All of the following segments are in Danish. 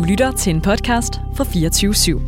lytter til en podcast fra 24/7.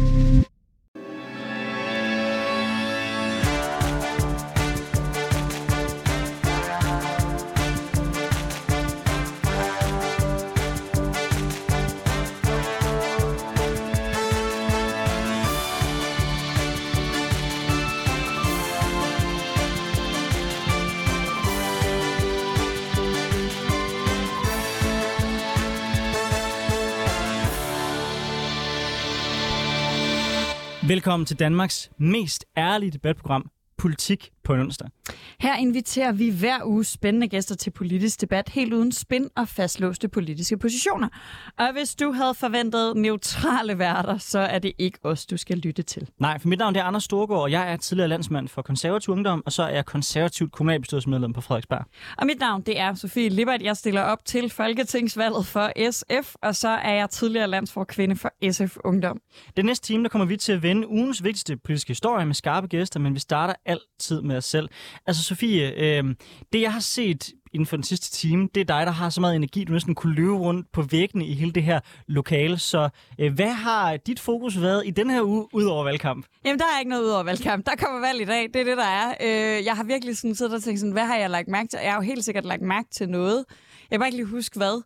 Velkommen til Danmarks mest ærlige debatprogram, Politik på en onsdag. Her inviterer vi hver uge spændende gæster til politisk debat, helt uden spin og fastlåste politiske positioner. Og hvis du havde forventet neutrale værter, så er det ikke os, du skal lytte til. Nej, for mit navn er Anders Storgård, og jeg er tidligere landsmand for Konservativ Ungdom, og så er jeg konservativt kommunalbestyrelsesmedlem på Frederiksberg. Og mit navn, det er Sofie Lippert. Jeg stiller op til Folketingsvalget for SF, og så er jeg tidligere landsforkvinde for SF Ungdom. Den næste time, der kommer vi til at vende ugens vigtigste politiske historie med skarpe gæster, men vi starter altid med os selv. Altså Sofie, det jeg har set inden for den sidste time, det er dig, der har så meget energi, du næsten kunne løbe rundt på væggene i hele det her lokale. Så hvad har dit fokus været i den her uge, ud over valgkamp? Jamen, der er ikke noget ud over valgkamp. Der kommer valg i dag. Det er det, der er. Jeg har virkelig sådan siddet og tænkt sådan, hvad har jeg lagt mærke til? Jeg har jo helt sikkert lagt mærke til noget. Jeg kan bare ikke lige huske hvad.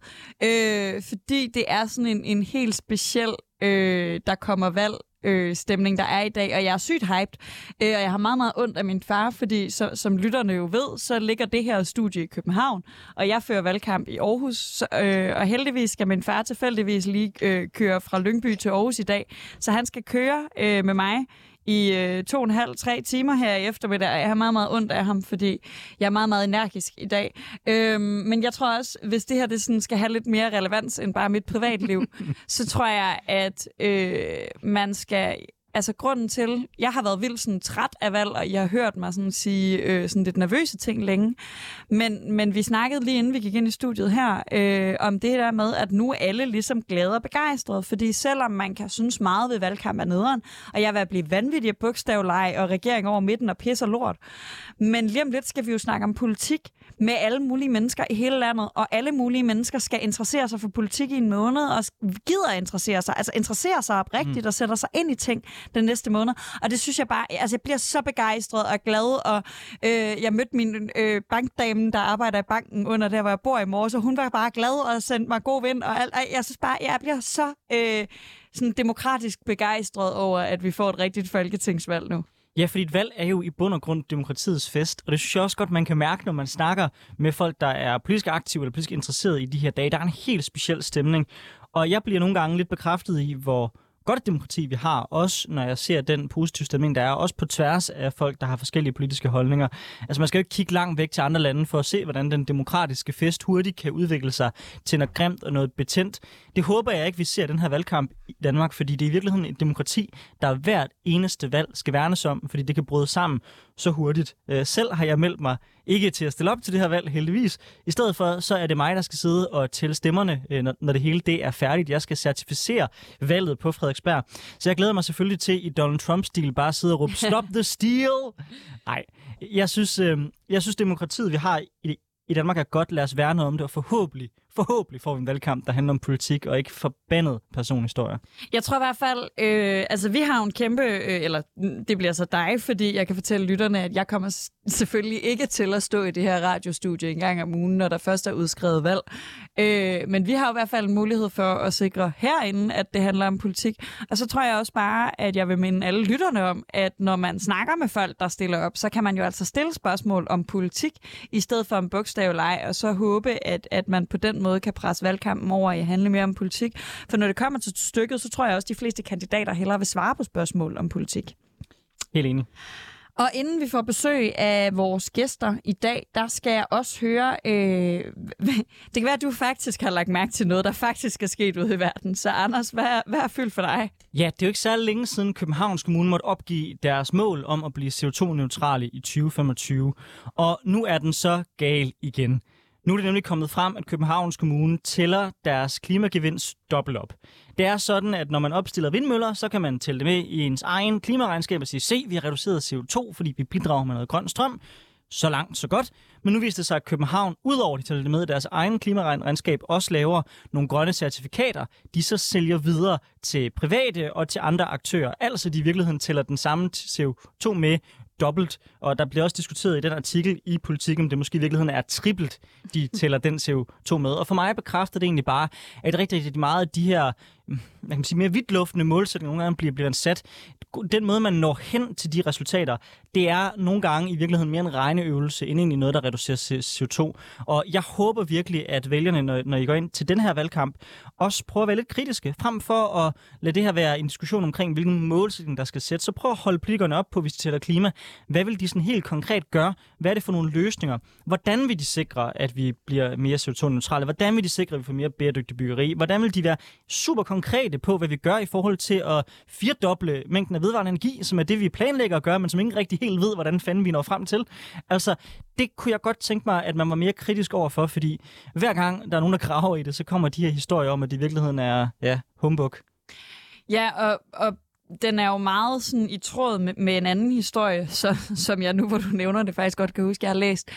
Fordi det er sådan en helt speciel, der kommer valg. Stemning, der er i dag, og jeg er sygt hyped, og jeg har meget, meget ondt af min far, fordi som lytterne jo ved, så ligger det her studie i København, og jeg fører valgkamp i Aarhus, og heldigvis skal min far tilfældigvis lige køre fra Lyngby til Aarhus i dag, så han skal køre med mig i 2,5-3 timer her i eftermiddag, og jeg har meget, meget ondt af ham, fordi jeg er meget, meget energisk i dag. Men jeg tror også, hvis det her det sådan skal have lidt mere relevans end bare mit privatliv, så tror jeg, at man skal... Altså grunden til, jeg har været vildt sådan træt af valg, og jeg har hørt mig sådan sige sådan lidt nervøse ting længe. Men vi snakkede lige inden vi gik ind i studiet her, om det der med, at nu er alle ligesom glade og begejstrede. Fordi selvom man kan synes meget ved valgkamp er nederen, og jeg vil blive vanvittig af bogstavleje og regering over midten og pis og lort. Men lige om lidt skal vi jo snakke om politik med alle mulige mennesker i hele landet, og alle mulige mennesker skal interessere sig for politik i en måned, og gider at interessere sig, altså interessere sig oprigtigt og sætter sig ind i ting den næste måned. Og det synes jeg bare, altså jeg bliver så begejstret og glad, og jeg mødte min bankdame, der arbejder i banken under der, hvor jeg bor i morges, og hun var bare glad og sendte mig god vind, og alt. Jeg synes bare, jeg bliver så sådan demokratisk begejstret over, at vi får et rigtigt folketingsvalg nu. Ja, fordi et valg er jo i bund og grund demokratiets fest, og det synes jeg også godt, man kan mærke, når man snakker med folk, der er politisk aktive eller politisk interesserede i de her dage. Der er en helt speciel stemning, og jeg bliver nogle gange lidt bekræftet i, hvor godt et demokrati vi har, også når jeg ser den positive stemning, der er, også på tværs af folk, der har forskellige politiske holdninger. Altså man skal jo ikke kigge langt væk til andre lande for at se, hvordan den demokratiske fest hurtigt kan udvikle sig til noget grimt og noget betændt. Det håber jeg ikke, vi ser den her valgkamp i Danmark, fordi det er i virkeligheden et demokrati, der hvert eneste valg skal værnes om, fordi det kan bryde sammen så hurtigt. Selv har jeg meldt mig ikke til at stille op til det her valg, heldigvis. I stedet for, så er det mig, der skal sidde og tælle stemmerne, når det hele det er færdigt. Jeg skal certificere valget på Frederiksberg. Så jeg glæder mig selvfølgelig til i Donald Trump-stil bare at sidde og råbe, stop the steal! Nej, jeg synes demokratiet, vi har i Danmark er godt. Lad os værne om det, og forhåbentlig får vi en valgkamp, der handler om politik, og ikke forbandet personhistorie. Jeg tror i hvert fald, altså vi har jo en kæmpe, eller det bliver så dig, fordi jeg kan fortælle lytterne, at jeg kommer selvfølgelig ikke til at stå i det her radiostudie en gang om ugen, når der først er udskrevet valg. Men vi har jo i hvert fald en mulighed for at sikre herinde, at det handler om politik. Og så tror jeg også bare, at jeg vil minde alle lytterne om, at når man snakker med folk, der stiller op, så kan man jo altså stille spørgsmål om politik, i stedet for en bogstavleg, og så håbe, at man på den måde kan presse valgkampen over i at handle mere om politik. For når det kommer til stykket, så tror jeg også, at de fleste kandidater hellere vil svare på spørgsmål om politik. Helt enig. Og inden vi får besøg af vores gæster i dag, der skal jeg også høre, det kan være, at du faktisk har lagt mærke til noget, der faktisk er sket ude i verden. Så Anders, hvad er fyldt for dig? Ja, det er jo ikke særlig længe siden Københavns Kommune måtte opgive deres mål om at blive CO2-neutrale i 2025. Og nu er den så gal igen. Nu er det nemlig kommet frem, at Københavns Kommune tæller deres klimagevinst dobbelt op. Det er sådan, at når man opstiller vindmøller, så kan man tælle det med i ens egen klimaregnskab og sige, se, vi har reduceret CO2, fordi vi bidrager med noget grøn strøm. Så langt, så godt. Men nu viste det sig, at København, udover de tager det med i deres egen klimaregnskab, også laver nogle grønne certifikater, de så sælger videre til private og til andre aktører. Altså de i virkeligheden tæller den samme CO2 med dobbelt. Og der bliver også diskuteret i den artikel i Politik, om det måske i virkeligheden er trippelt, de tæller den CO2 med. Og for mig bekræfter det egentlig bare, at rigtig meget af de her man kan sige, mere vidtluftende målsætninger nogle gange bliver sat. Den måde, man når hen til de resultater, det er nogle gange i virkeligheden mere en regneøvelse, end egentlig noget, der reducerer CO2. Og jeg håber virkelig, at vælgerne, når I går ind til den her valgkamp, også prøver at være lidt kritiske. Frem for at lade det her være en diskussion omkring, hvilken målsætning, der skal sættes, så prøv at holde politikerne op på, hvis de tæller klima. Hvad vil de sådan helt konkret gøre? Hvad er det for nogle løsninger? Hvordan vil de sikre, at vi bliver mere CO2-neutrale? Hvordan vil de sikre, at vi får mere bæredygtig byggeri? Hvordan vil de være super konkrete på, hvad vi gør i forhold til at firdoble mængden af vedvarende energi, som er det, vi planlægger at gøre, men som ingen rigtig helt ved, hvordan fanden vi når frem til? Altså, det kunne jeg godt tænke mig, at man var mere kritisk overfor, fordi hver gang der er nogen, der graver i det, så kommer de her historier om, at det i virkeligheden er, humbug. Ja, og den er jo meget sådan i tråd med en anden historie, som jeg nu, hvor du nævner det, faktisk godt kan huske, jeg har læst,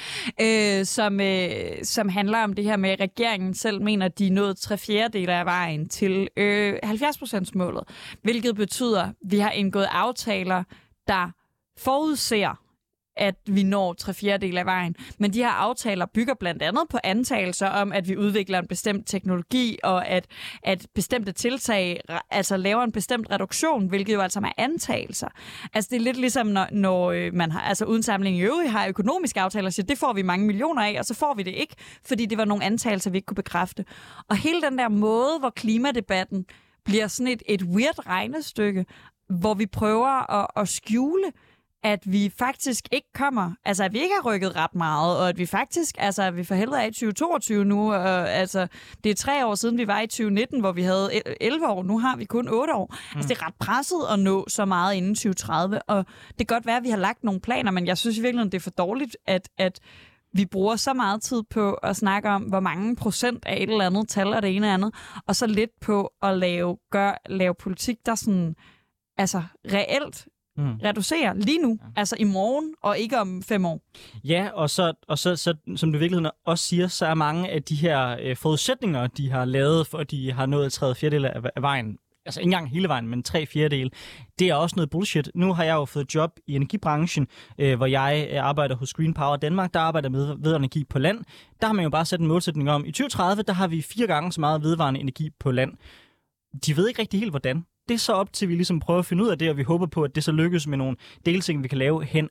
som handler om det her med, at regeringen selv mener, at de er nået 3/4 af vejen til 70%-målet, hvilket betyder, at vi har indgået aftaler, der forudser, at vi når 3/4 af vejen. Men de her aftaler bygger blandt andet på antagelser om, at vi udvikler en bestemt teknologi, og at bestemte tiltag altså laver en bestemt reduktion, hvilket jo altså er antagelser. Altså det er lidt ligesom, når man har, altså uden sammenligning i øvrigt, har økonomiske aftaler, så det får vi mange millioner af, og så får vi det ikke, fordi det var nogle antagelser, vi ikke kunne bekræfte. Og hele den der måde, hvor klimadebatten bliver sådan et weird regnestykke, hvor vi prøver at skjule, at vi faktisk ikke kommer, altså at vi ikke har rykket ret meget, og at vi faktisk, altså at vi for helvede er i 2022 nu, og altså det er 3 år siden, vi var i 2019, hvor vi havde 11 år, nu har vi kun 8 år. Altså det er ret presset at nå så meget inden 2030, og det kan godt være, at vi har lagt nogle planer, men jeg synes i virkeligheden, det er for dårligt, at vi bruger så meget tid på at snakke om, hvor mange procent af et eller andet tal og det ene og andet, og så lidt på at lave politik, der sådan, altså reelt reducerer lige nu, altså i morgen, og ikke om 5 år. Ja, og så som du i virkeligheden også siger, så er mange af de her forudsætninger, de har lavet, for at de har nået 3/4 af vejen, altså ikke engang hele vejen, men 3/4, det er også noget bullshit. Nu har jeg jo fået job i energibranchen, hvor jeg arbejder hos Green Power Danmark, der arbejder med vedvarende energi på land. Der har man jo bare sat en målsætning om, i 2030, der har vi 4 gange så meget vedvarende energi på land. De ved ikke rigtig helt, hvordan. Det er så op til, at vi ligesom prøver at finde ud af det, og vi håber på, at det så lykkes med nogle delting, vi kan lave hen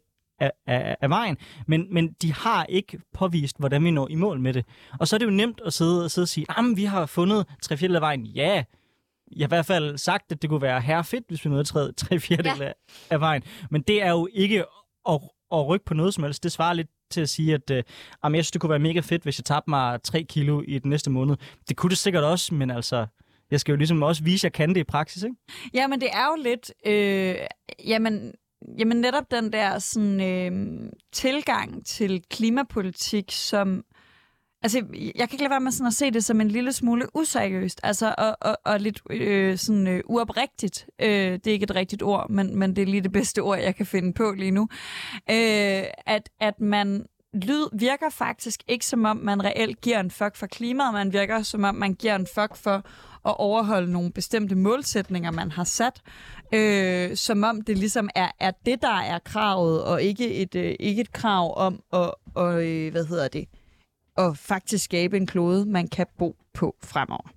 af vejen. Men de har ikke påvist, hvordan vi når i mål med det. Og så er det jo nemt at sidde og sige, vi har fundet 3/4 af vejen. Ja, jeg har i hvert fald sagt, at det kunne være herrefedt, hvis vi nåede 3/4 af vejen. Men det er jo ikke at rykke på noget som helst. Det svarer lidt til at sige, at jeg synes, det kunne være mega fedt, hvis jeg tabte mig 3 kilo i den næste måned. Det kunne det sikkert også, men altså, jeg skal jo ligesom også vise, at jeg kan det i praksis, ikke? Ja, men det er jo lidt, jamen netop den der sådan, tilgang til klimapolitik, som, altså jeg kan ikke lade være med sådan at se det som en lille smule useriøst, altså og lidt sådan uoprigtigt. Det er ikke et rigtigt ord, men det er lige det bedste ord, jeg kan finde på lige nu. At man virker faktisk ikke som om, man reelt giver en fuck for klimaet, man virker som om, man giver en fuck for at overholde nogle bestemte målsætninger, man har sat, som om det ligesom er det, der er kravet, og ikke et krav om at faktisk skabe en klode, man kan bo på fremover.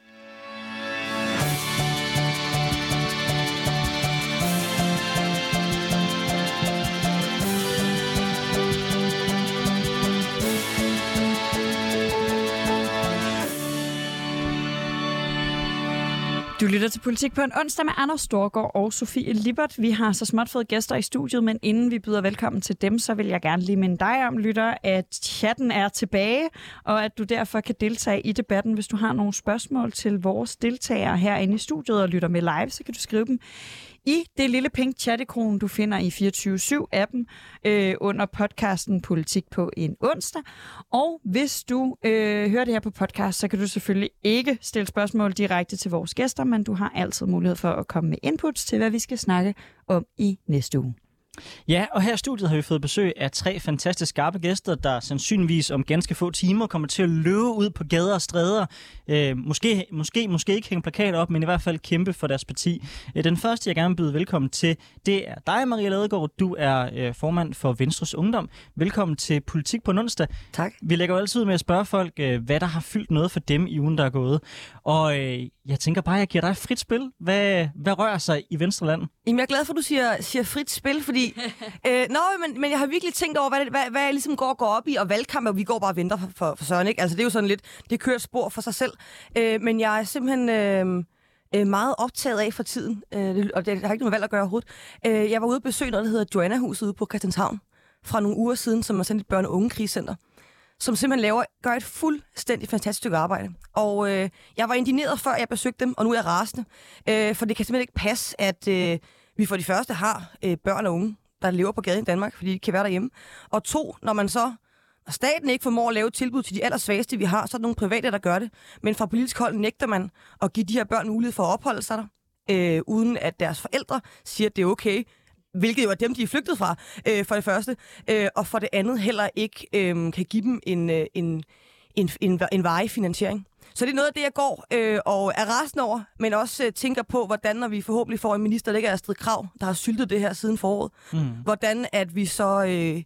Du lytter til Politik på en onsdag med Anders Storgård og Sofie Lippert. Vi har så småt fået gæster i studiet, men inden vi byder velkommen til dem, så vil jeg gerne lige minde dig om, lytter, at chatten er tilbage, og at du derfor kan deltage i debatten. Hvis du har nogle spørgsmål til vores deltagere herinde i studiet og lytter med live, så kan du skrive dem i det lille pink chat-ikon, du finder i 24/7-appen under podcasten Politik på en onsdag. Og hvis du hører det her på podcast, så kan du selvfølgelig ikke stille spørgsmål direkte til vores gæster, men du har altid mulighed for at komme med inputs til, hvad vi skal snakke om i næste uge. Ja, og her i studiet har vi fået besøg af 3 fantastisk skarpe gæster, der sandsynligvis om ganske få timer kommer til at løbe ud på gader og stræder. Måske ikke hænge plakater op, men i hvert fald kæmpe for deres parti. Den første, jeg gerne vil byde velkommen til, det er dig, Maria Ladegaard. Du er formand for Venstres Ungdom. Velkommen til Politik på en onsdag. Tak. Vi lægger jo altid ud med at spørge folk, hvad der har fyldt noget for dem i ugen, der er gået. Og jeg tænker bare, at jeg giver dig frit spil. Hvad rører sig i Venstreland? Jamen, jeg er glad for, at du siger frit spil, fordi men jeg har virkelig tænkt over, hvad jeg ligesom går op i, og valgkamp, og vi går bare og venter for Søren, ikke? Altså, det er jo sådan lidt, det kører et spor for sig selv. Men jeg er simpelthen meget optaget af for tiden, og det har ikke noget valg at gøre overhovedet. Jeg var ude og besøge noget, der hedder Joanna-huset ude på Christianshavn, fra nogle uger siden, som er sådan et børne- og ungekrigscenter, som simpelthen gør et fuldstændig fantastisk stykke arbejde. Og jeg var indigneret, før jeg besøgte dem, og nu er jeg rasende. For det kan simpelthen ikke passe, at vi for de første har børn og unge, der lever på gaden i Danmark, fordi de kan være derhjemme. Og 2, når staten ikke formår at lave et tilbud til de allersvageste, vi har, så er der nogle private, der gør det. Men fra politisk hold nægter man at give de her børn mulighed for at opholde sig der, uden at deres forældre siger, at det er okay. Hvilket jo er dem, de er flygtet fra, for det første. Og for det andet heller ikke kan give dem en varig finansiering. Så det er noget af det, jeg går og er rasende over, men også tænker på, hvordan, når vi forhåbentlig får en minister, der ikke er Astrid Krag, der har syltet det her siden foråret, hvordan at vi så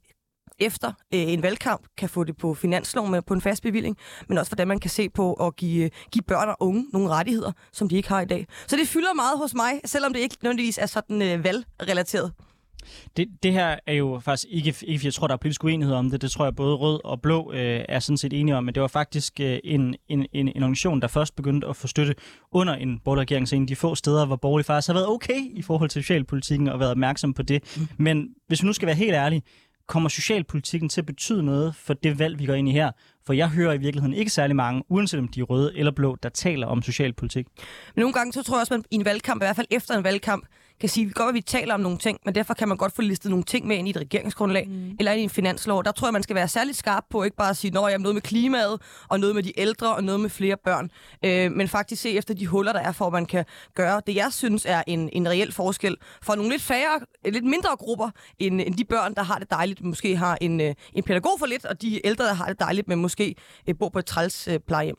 efter en valgkamp kan få det på finansloven på en fast bevilling, men også hvordan man kan se på at give børn og unge nogle rettigheder, som de ikke har i dag. Så det fylder meget hos mig, selvom det ikke nødvendigvis er sådan valgrelateret. Det her er jo faktisk ikke, jeg tror, der er politisk uenighed om det. Det tror jeg både rød og blå er sådan set enige om, men det var faktisk en organisation, der først begyndte at få støtte under en borgerlig regering, så en af de få steder, hvor borgerlig faktisk har været okay i forhold til socialpolitikken og været opmærksom på det. Men hvis vi nu skal være helt ærlige, kommer socialpolitikken til at betyde noget for det valg, vi går ind i her? For jeg hører i virkeligheden ikke særlig mange, uanset om de er røde eller blå, der taler om socialpolitik. Men nogle gange så tror jeg også, at man i en valgkamp, i hvert fald efter en valgkamp, kan sige, at vi taler om nogle ting, men derfor kan man godt få listet nogle ting med ind i et regeringsgrundlag eller ind i en finanslov. Der tror jeg, man skal være særligt skarp på, ikke bare at sige, noget med klimaet, og noget med de ældre, og noget med flere børn, men faktisk se efter de huller, der er, for at man kan gøre det, jeg synes er en reel forskel for nogle lidt mindre grupper, end de børn, der har det dejligt, måske har en pædagog for lidt, og de ældre, der har det dejligt, men måske bor på et træls plejehjem.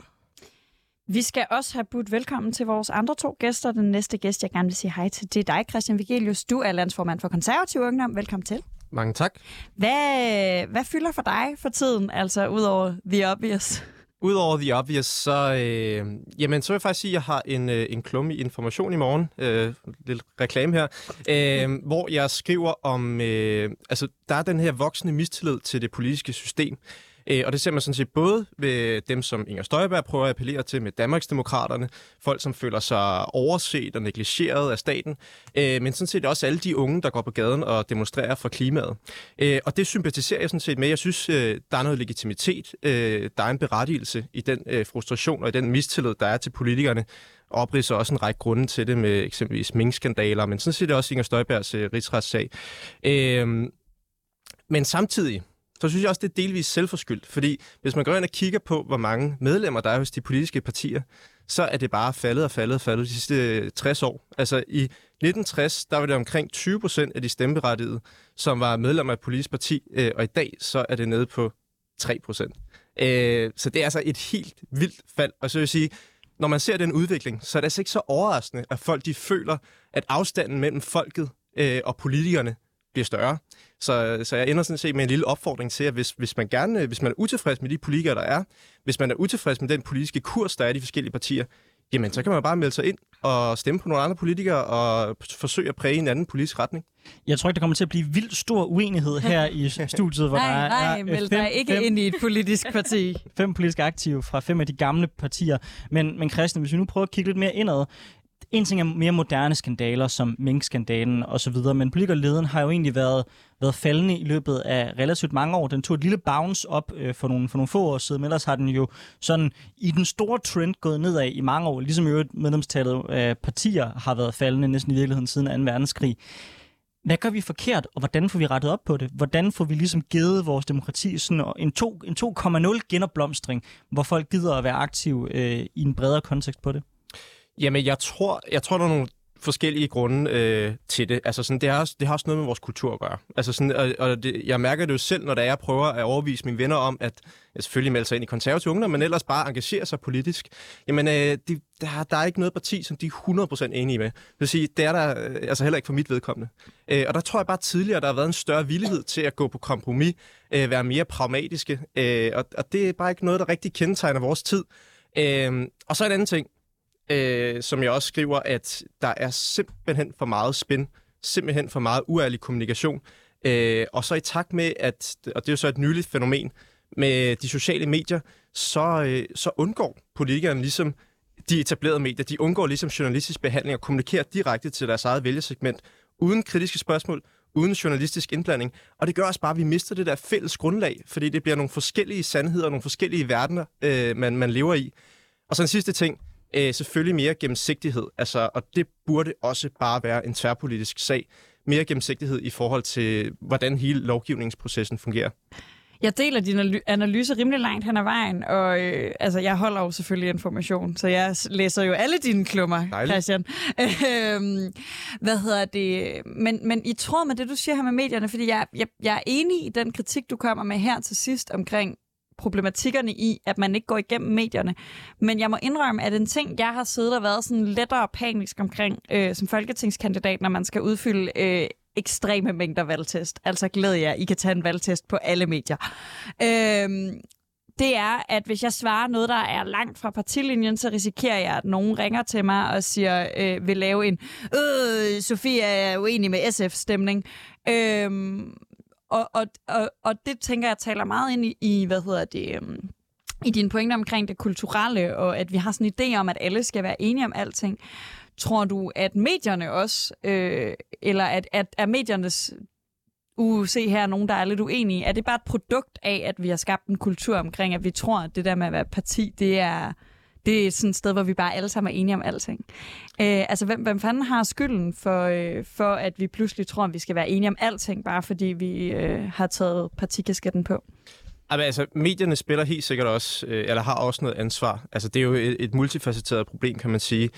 Vi skal også have budt velkommen til vores andre 2 gæster. Den næste gæst, jeg gerne vil sige hej til, det er dig, Christian Vigelius. Du er landsformand for Konservativ Ungdom. Velkommen til. Mange tak. Hvad fylder for dig for tiden, altså ud over the obvious? Udover the obvious, så vil jeg faktisk sige, at jeg har en klumme i Information i morgen, lidt reklame her, hvor jeg skriver om, der er den her voksende mistillid til det politiske system. Og det ser man sådan set både ved dem, som Inger Støjberg prøver at appellere til med Danmarksdemokraterne, folk, som føler sig overset og negligeret af staten, men sådan set også alle de unge, der går på gaden og demonstrerer for klimaet. Og det sympatiserer jeg sådan set med. Jeg synes, der er noget legitimitet, der er en berettigelse i den frustration og i den mistillid, der er til politikerne, og opridser også en række grunde til det med eksempelvis minkskandaler, men sådan set også Inger Støjbergs rigsretssag. Men samtidig så synes jeg også, det er delvist selvforskyldt, fordi hvis man går ind og kigger på, hvor mange medlemmer der er hos de politiske partier, så er det bare faldet de sidste 60 år. Altså i 1960, der var det omkring 20% af de stemmeberettigede, som var medlemmer af et politisk parti, og i dag så er det nede på 3%. Så det er altså et helt vildt fald, og så vil jeg sige, når man ser den udvikling, så er det altså ikke så overraskende, at folk de føler, at afstanden mellem folket og politikerne bliver større. Så jeg ender sådan set med en lille opfordring til, at hvis man er utilfreds med de politikere, der er, hvis man er utilfreds med den politiske kurs, der er i de forskellige partier, jamen så kan man bare melde sig ind og stemme på nogle andre politikere og forsøge at præge en anden politisk retning. Jeg tror ikke, der kommer til at blive vildt stor uenighed her i studiet, hvor nej, meld dig ikke ind i et politisk parti. 5 politisk aktive fra 5 af de gamle partier. Men Christian, hvis vi nu prøver at kigge lidt mere indad, en ting er mere moderne skandaler, som minkskandalen og så videre, men politikerleden har jo egentlig været faldende i løbet af relativt mange år. Den tog et lille bounce op for nogle få år siden, men ellers har den jo sådan i den store trend gået nedad i mange år, ligesom jo medlemstallet af partier har været faldende næsten i virkeligheden siden 2. verdenskrig. Hvad gør vi forkert, og hvordan får vi rettet op på det? Hvordan får vi ligesom givet vores demokrati sådan en 2,0 genopblomstring, hvor folk gider at være aktive i en bredere kontekst på det? Jamen, jeg tror, der er nogle forskellige grunde til det. Altså sådan, det har også noget med vores kultur at gøre. Altså sådan, jeg mærker det jo selv, når jeg prøver at overbevise mine venner om, at jeg selvfølgelig melder sig ind i konservative ungdom, men ellers bare engagere sig politisk. Jamen, der er ikke noget parti, som de er 100% enige med. Det vil sige, det er der altså heller ikke for mit vedkommende. Og der tror jeg bare tidligere, der har været en større villighed til at gå på kompromis, være mere pragmatiske, og det er bare ikke noget, der rigtig kendetegner vores tid. Og så en anden ting, som jeg også skriver, at der er simpelthen for meget spin, simpelthen for meget uærlig kommunikation. Og så i takt med, og det er jo så et nyligt fænomen, med de sociale medier, så undgår politikerne ligesom de etablerede medier, de undgår ligesom journalistisk behandling og kommunikerer direkte til deres eget vælgersegment, uden kritiske spørgsmål, uden journalistisk indblanding. Og det gør også bare, at vi mister det der fælles grundlag, fordi det bliver nogle forskellige sandheder, nogle forskellige verdener, man lever i. Og så en sidste ting, selvfølgelig mere gennemsigtighed. Altså, og det burde også bare være en tværpolitisk sag. Mere gennemsigtighed i forhold til, hvordan hele lovgivningsprocessen fungerer. Jeg deler din analyse rimelig langt hen ad vejen, og altså, jeg holder jo selvfølgelig information, så jeg læser jo alle dine klummer, Christian. Men i tråd med det, du siger her med medierne, fordi jeg er enig i den kritik, du kommer med her til sidst omkring problematikkerne i, at man ikke går igennem medierne. Men jeg må indrømme, at en ting, jeg har siddet og været sådan lettere panisk omkring som folketingskandidat, når man skal udfylde ekstreme mængder valgtest. Altså glæder jer, I kan tage en valgtest på alle medier. Det er, at hvis jeg svarer noget, der er langt fra partilinjen, så risikerer jeg, at nogen ringer til mig og siger, vil lave en Sofie er uenig med SF-stemning. Og det tænker jeg taler meget ind i i dine pointer omkring det kulturelle, og at vi har sådan en idé om, at alle skal være enige om alting. Tror du, at medierne også, eller at er mediernes se her nogen, der er lidt uenige, er det bare et produkt af, at vi har skabt en kultur omkring, at vi tror, at det der med at være parti, det er sådan et sted, hvor vi bare alle sammen er enige om alting. Altså, hvem fanden har skylden for, at vi pludselig tror, at vi skal være enige om alting, bare fordi vi har taget partikasketten på? Altså, medierne spiller helt sikkert også, eller har også noget ansvar. Altså, det er jo et multifacetteret problem, kan man sige.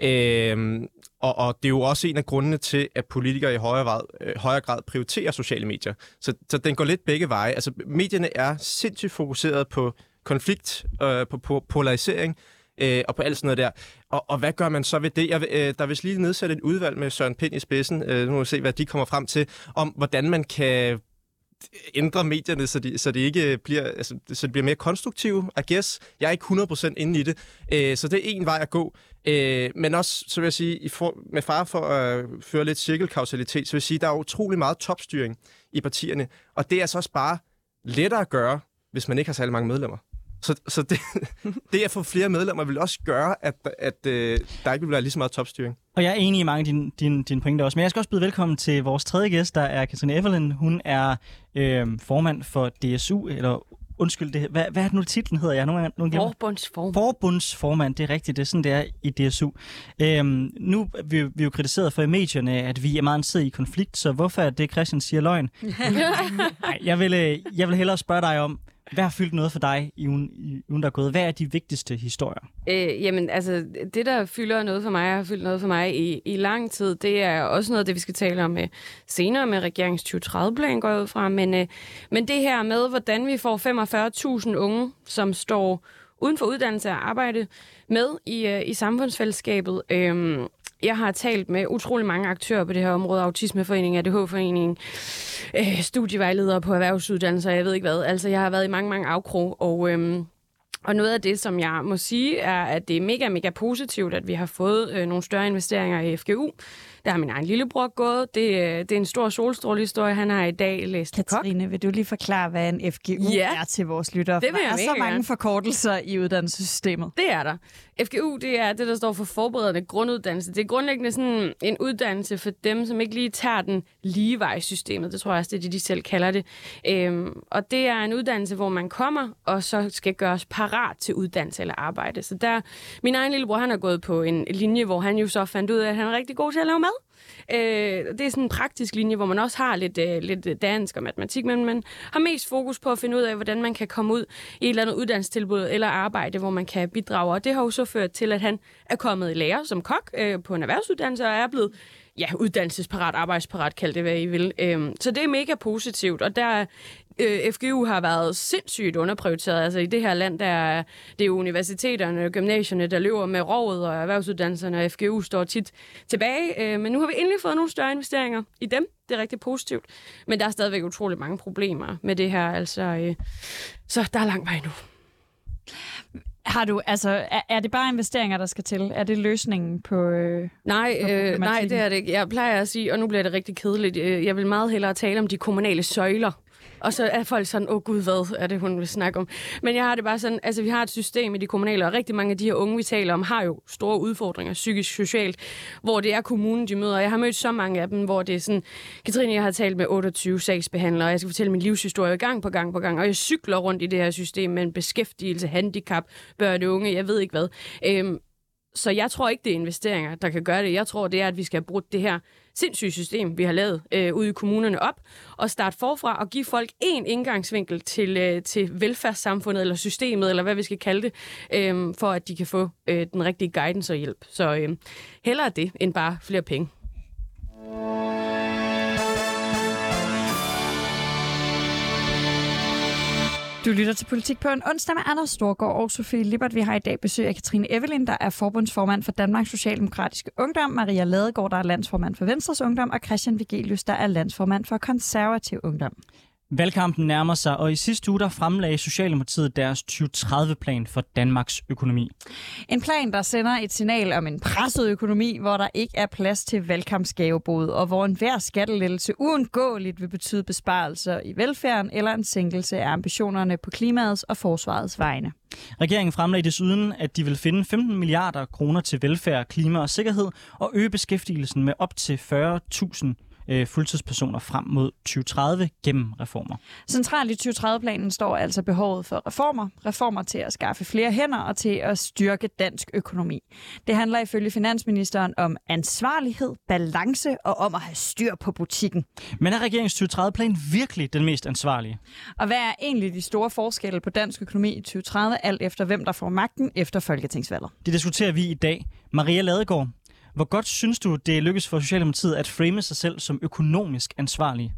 Og det er jo også en af grundene til, at politikere i højere grad prioriterer sociale medier. Så den går lidt begge veje. Altså, medierne er sindssygt fokuseret på konflikt, på polarisering, og på alt sådan noget der. Og hvad gør man så ved det? Der vil lige nedsætte et udvalg med Søren Pind i spidsen. Nu må vi se, hvad de kommer frem til, om hvordan man kan ændre medierne, så det ikke bliver, altså, så det bliver mere konstruktive, I guess. Jeg er ikke 100% inde i det, så det er en vej at gå. Men også, så vil jeg sige, med fare for at føre lidt cirkelkausalitet, så vil jeg sige, der er utrolig meget topstyring i partierne, og det er altså også bare lettere at gøre, hvis man ikke har særlig mange medlemmer. Så det at få flere medlemmer vil også gøre, at der ikke vil være lige så meget topstyring. Og jeg er enig i mange af dine pointer også. Men jeg skal også byde velkommen til vores tredje gæst, der er Katrine Evelyn. Hun er formand for DSU, eller undskyld, hvad er det nu, titlen hedder jeg? Forbundsformand. Forbundsformand, det er rigtigt, det er sådan, det er i DSU. Nu er vi jo kritiseret for i medierne, at vi er meget interesseret i konflikt, så hvorfor er det, Christian siger løgn? Nej, jeg vil hellere spørge dig om, hvad har fyldt noget for dig i ugen, der er gået? Hvad er de vigtigste historier? Jamen, altså, det, der fylder noget for mig, har fyldt noget for mig i lang tid. Det er også noget af det, vi skal tale om senere med regeringens 2030-plan, går jeg ud fra. Men det her med, hvordan vi får 45.000 unge, som står uden for uddannelse og arbejde med i samfundsfællesskabet. Jeg har talt med utrolig mange aktører på det her område. Autismeforeningen, ADH-foreningen, studievejledere på erhvervsuddannelser, jeg ved ikke hvad. Altså, jeg har været i mange afkrog, og noget af det, som jeg må sige, er, at det er mega, mega positivt, at vi har fået nogle større investeringer i FGU. Der har min egen lillebror gået. Det er en stor solstrålehistorie. Han har i dag læst Katrine, vil du lige forklare, hvad en FGU er til vores lyttere? Det vil jeg der er så mange forkortelser i uddannelsessystemet. Det er der. FGU, det er det, der står for forberedende grunduddannelse. Det er grundlæggende sådan en uddannelse for dem, som ikke lige tager den ligevejssystemet. Det tror jeg også, det er det, de selv kalder det. Og det er en uddannelse, hvor man kommer, og så skal gøres parat til uddannelse eller arbejde. Så der, min egen lillebror, han er gået på en linje, hvor han jo så fandt ud af, at han er rigtig god til at lave mad. Det er sådan en praktisk linje, hvor man også har lidt dansk og matematik, men man har mest fokus på at finde ud af, hvordan man kan komme ud i et eller andet uddannelsestilbud eller arbejde, hvor man kan bidrage. Og det har jo så ført til, at han er kommet i lære som kok på en erhvervsuddannelse og er blevet uddannelsesparat, arbejdsparat, kald det hvad I vil. Så det er mega positivt, og der FGU har været sindssygt underprioriteret. Altså i det her land, det er jo universiteterne og gymnasierne, der løber med rovet, og erhvervsuddannelserne og FGU står tit tilbage. Men nu har vi endelig fået nogle større investeringer i dem. Det er rigtig positivt. Men der er stadigvæk utrolig mange problemer med det her. Altså, så der er lang vej nu. Har du, altså, er det bare investeringer, der skal til? Er det løsningen på Nej, det er det ikke. Jeg plejer at sige, og nu bliver det rigtig kedeligt, jeg vil meget hellere tale om de kommunale søjler. Og så er folk sådan, gud, hvad er det, hun vil snakke om? Men jeg har det bare sådan, altså vi har et system i de kommunale, og rigtig mange af de her unge, vi taler om, har jo store udfordringer, psykisk, socialt, hvor det er kommunen, de møder. Jeg har mødt så mange af dem, hvor det er sådan, Katrine, jeg har talt med 28 sagsbehandlere, og jeg skal fortælle min livshistorie gang på gang, og jeg cykler rundt i det her system med en beskæftigelse, handicap, børn og unge, jeg ved ikke hvad. Så jeg tror ikke, det er investeringer, der kan gøre det. Jeg tror, det er, at vi skal have brugt det her sindssyge system, vi har lavet ude i kommunerne op, og starte forfra og give folk én indgangsvinkel til velfærdssamfundet, eller systemet, eller hvad vi skal kalde det, for at de kan få den rigtige guidance og hjælp. Så hellere det, end bare flere penge. Du lytter til Politik på en onsdag med Anders Storgård og Sofie Lippert. Vi har i dag besøg af Katrine Evelyn, der er forbundsformand for Danmarks Socialdemokratiske Ungdom, Maria Ladegaard, der er landsformand for Venstres Ungdom, og Christian Vigelius, der er landsformand for Konservativ Ungdom. Valgkampen nærmer sig, og i sidste uge der fremlagde Socialdemokratiet deres 2030-plan for Danmarks økonomi. En plan, der sender et signal om en presset økonomi, hvor der ikke er plads til valgkampsgavebod, og hvor enhver skattelettelse uundgåeligt vil betyde besparelser i velfærden eller en sænkelse af ambitionerne på klimaets og forsvarets vegne. Regeringen fremlagde desuden, at de vil finde 15 milliarder kroner til velfærd, klima og sikkerhed og øge beskæftigelsen med op til 40.000 fuldtidspersoner frem mod 2030 gennem reformer. Centralt i 2030-planen står altså behovet for reformer. Reformer til at skaffe flere hænder og til at styrke dansk økonomi. Det handler ifølge finansministeren om ansvarlighed, balance og om at have styr på butikken. Men er regeringens 2030-plan virkelig den mest ansvarlige? Og hvad er egentlig de store forskelle på dansk økonomi i 2030, alt efter hvem der får magten efter folketingsvalget? Det diskuterer vi i dag. Maria Ladegaard, hvor godt synes du, det lykkes for Socialdemokratiet at frame sig selv som økonomisk ansvarlige?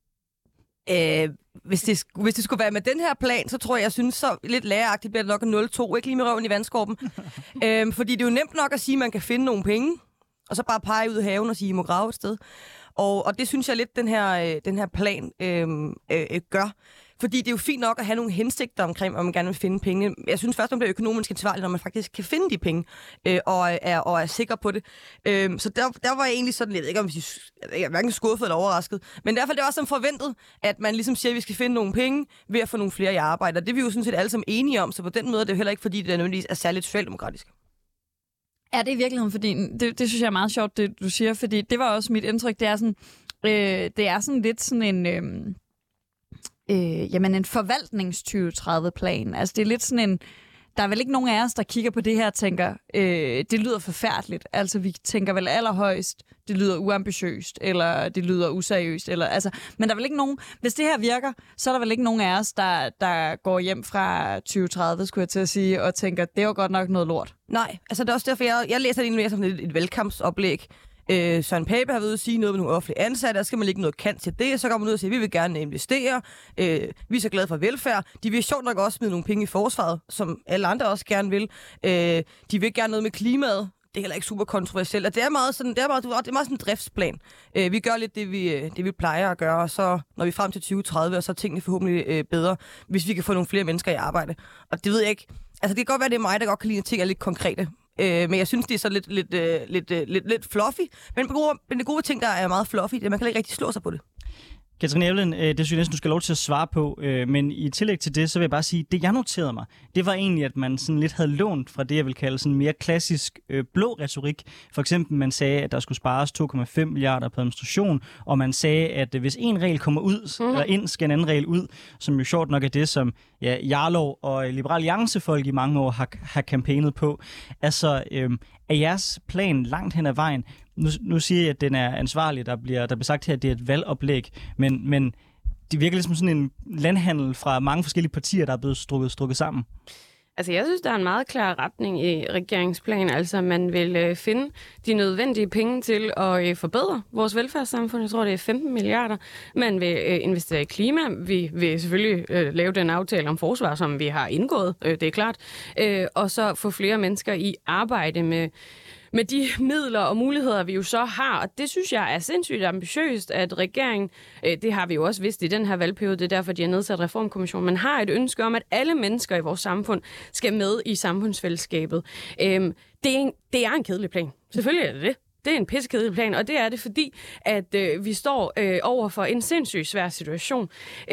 Hvis det skulle være med den her plan, så tror jeg synes, så lidt læreragtigt bliver det nok 0,2, ikke lige med røven i vandskorben. Fordi det er jo nemt nok at sige, at man kan finde nogle penge, og så bare pege ud i haven og sige, at I må grave et sted. Og det synes jeg lidt, den her plan gør. Fordi det er jo fint nok at have nogle hensigter omkring, om man gerne vil finde penge. Jeg synes først, man bliver økonomisk ansvarlig, når man faktisk kan finde de penge, og er sikker på det. Så der var jeg egentlig sådan, jeg ved ikke, om jeg er hverken skuffet eller overrasket, men i hvert fald det var også forventet, at man ligesom siger, at vi skal finde nogle penge ved at få nogle flere i arbejde. Og det er vi jo sådan set alle sammen enige om, så på den måde er det jo heller ikke, fordi det nødvendigvis er særligt socialdemokratisk. Er det i virkeligheden, fordi det synes jeg er meget sjovt, det du siger, fordi det var også mit indtryk, det er sådan lidt sådan en... en forvaltnings 2030-plan. Altså det er lidt sådan en... Der er vel ikke nogen af os, der kigger på det her og tænker, det lyder forfærdeligt. Altså vi tænker vel allerhøjst, det lyder uambitiøst, eller det lyder useriøst. Eller, altså, men der er vel ikke nogen... Hvis det her virker, så er der vel ikke nogen af os, der går hjem fra 2030, skulle jeg til at sige, og tænker, det var godt nok noget lort. Nej, altså det er også derfor, jeg læser det egentlig mere som et velkampsoplæg. Søren Pape har været ude at sige noget med nogle offentlige ansatte, og skal man lægge noget kant til det, så kommer man ud og siger, at vi vil gerne investere, vi er så glade for velfærd. De vil sjovt nok også smide nogle penge i forsvaret, som alle andre også gerne vil. De vil gerne noget med klimaet. Det er heller ikke super kontroversielt. Og det er meget sådan en driftsplan. Vi gør lidt det vi plejer at gøre, og så når vi er frem til 2030, og så er tingene forhåbentlig bedre, hvis vi kan få nogle flere mennesker i arbejde. Og det ved jeg ikke. Altså det kan godt være, det er mig, der godt kan lide, at ting er lidt konkrete. Men jeg synes, det er så lidt fluffy. Men den gode ting, der er meget fluffy, det er, at man kan ikke rigtig slå sig på det. Katrine Evelyn, det synes jeg næsten, du skal have lov til at svare på, men i tillæg til det, så vil jeg bare sige, det jeg noterede mig, det var egentlig, at man sådan lidt havde lånt fra det, jeg vil kalde sådan mere klassisk blå retorik. For eksempel, man sagde, at der skulle spares 2,5 milliarder på administration, og man sagde, at hvis en regel kommer ud, eller ind, skal en anden regel ud, som jo sjovt nok er det, som Jarlov og Liberal Alliance-folk i mange år har kampagnet på. Altså, er jeres plan langt hen ad vejen? Nu siger jeg, at den er ansvarlig, der bliver sagt her, at det er et valgoplæg, men det virker ligesom sådan en landhandel fra mange forskellige partier, der er blevet strukket sammen. Altså, jeg synes, der er en meget klar retning i regeringsplanen. Altså, man vil finde de nødvendige penge til at forbedre vores velfærdssamfund. Jeg tror, det er 15 milliarder. Man vil investere i klima. Vi vil selvfølgelig lave den aftale om forsvar, som vi har indgået. Det er klart. Og så få flere mennesker i arbejde med de midler og muligheder, vi jo så har. Og det synes jeg er sindssygt ambitiøst, at regeringen, det har vi jo også vidst i den her valgperiode, det er derfor, de har nedsat reformkommissionen, man har et ønske om, at alle mennesker i vores samfund skal med i samfundsfællesskabet. Det er en kedelig plan. Selvfølgelig er det det. Det er en pissekedelig plan, og det er det, fordi at vi står over for en sindssygt svær situation.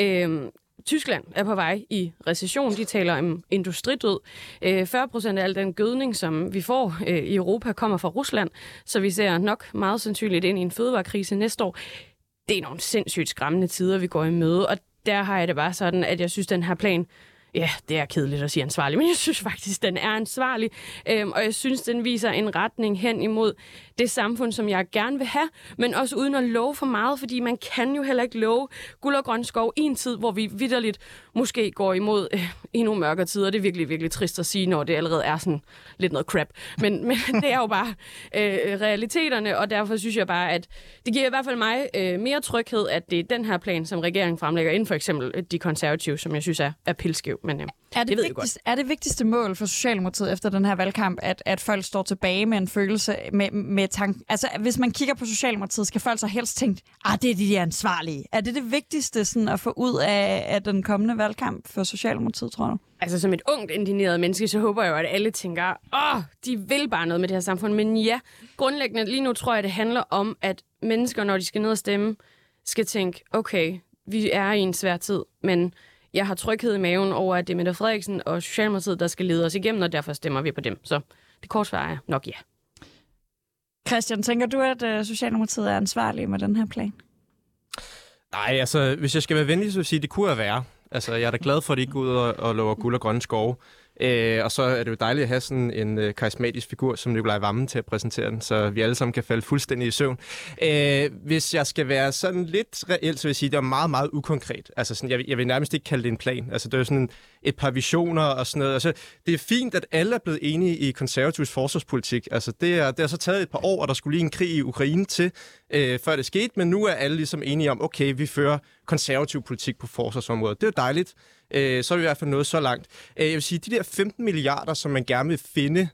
Tyskland er på vej i recession. De taler om industridød. 40% af al den gødning, som vi får i Europa, kommer fra Rusland, så vi ser nok meget sandsynligt ind i en fødevarekrise næste år. Det er nogle sindssygt skræmmende tider, vi går i møde, og der har jeg det bare sådan, at jeg synes, den her plan, ja, det er kedeligt at sige ansvarlig, men jeg synes faktisk, den er ansvarlig, og jeg synes, den viser en retning hen imod det samfund, som jeg gerne vil have, men også uden at love for meget, fordi man kan jo heller ikke love guld og grøn skov i en tid, hvor vi vitterligt måske går imod endnu mørkere tider. Det er virkelig, virkelig trist at sige, når det allerede er sådan lidt noget crap, men det er jo bare realiteterne, og derfor synes jeg bare, at det giver i hvert fald mig mere tryghed, at det er den her plan, som regeringen fremlægger, inden for eksempel de konservative, som jeg synes er pilskæv. Men er det vigtigste mål for Socialdemokratiet efter den her valgkamp, at folk står tilbage med en følelse med tanken? Altså, hvis man kigger på Socialdemokratiet, skal folk så helst tænke, det er de ansvarlige. Er det vigtigste sådan, at få ud af den kommende valgkamp for Socialdemokratiet, tror du? Altså, som et ungt indigneret menneske, så håber jeg jo, at alle tænker, de vil bare noget med det her samfund. Men ja, grundlæggende lige nu tror jeg, det handler om, at mennesker, når de skal ned og stemme, skal tænke, okay, vi er i en svær tid, men jeg har tryghed i maven over, at det er Mette Frederiksen og Socialdemokratiet, der skal lede os igennem, og derfor stemmer vi på dem. Så det korte svar er nok ja. Christian, tænker du, at Socialdemokratiet er ansvarlige med den her plan? Nej, altså, hvis jeg skal være venlig, så vil jeg sige, at det kunne være. Altså, jeg er da glad for, at de ikke går ud og lover guld og grønne skove. Og så er det jo dejligt at have sådan en karismatisk figur som Nikolaj Wammen til at præsentere den, så vi alle sammen kan falde fuldstændig i søvn. Hvis jeg skal være sådan lidt reelt, så vil jeg sige, at det er meget, meget ukonkret. Altså sådan, jeg vil nærmest ikke kalde det en plan. Altså, det er jo sådan et par visioner og sådan noget. Altså, det er fint, at alle er blevet enige i konservativs forsvarspolitik. Altså, det har så taget et par år, og der skulle lige en krig i Ukraine til, før det skete, men nu er alle ligesom enige om, okay, vi fører konservativ politik på forsvarsområdet. Det er jo dejligt. Så er vi i hvert fald nået så langt. Jeg vil sige, de der 15 milliarder, som man gerne vil finde,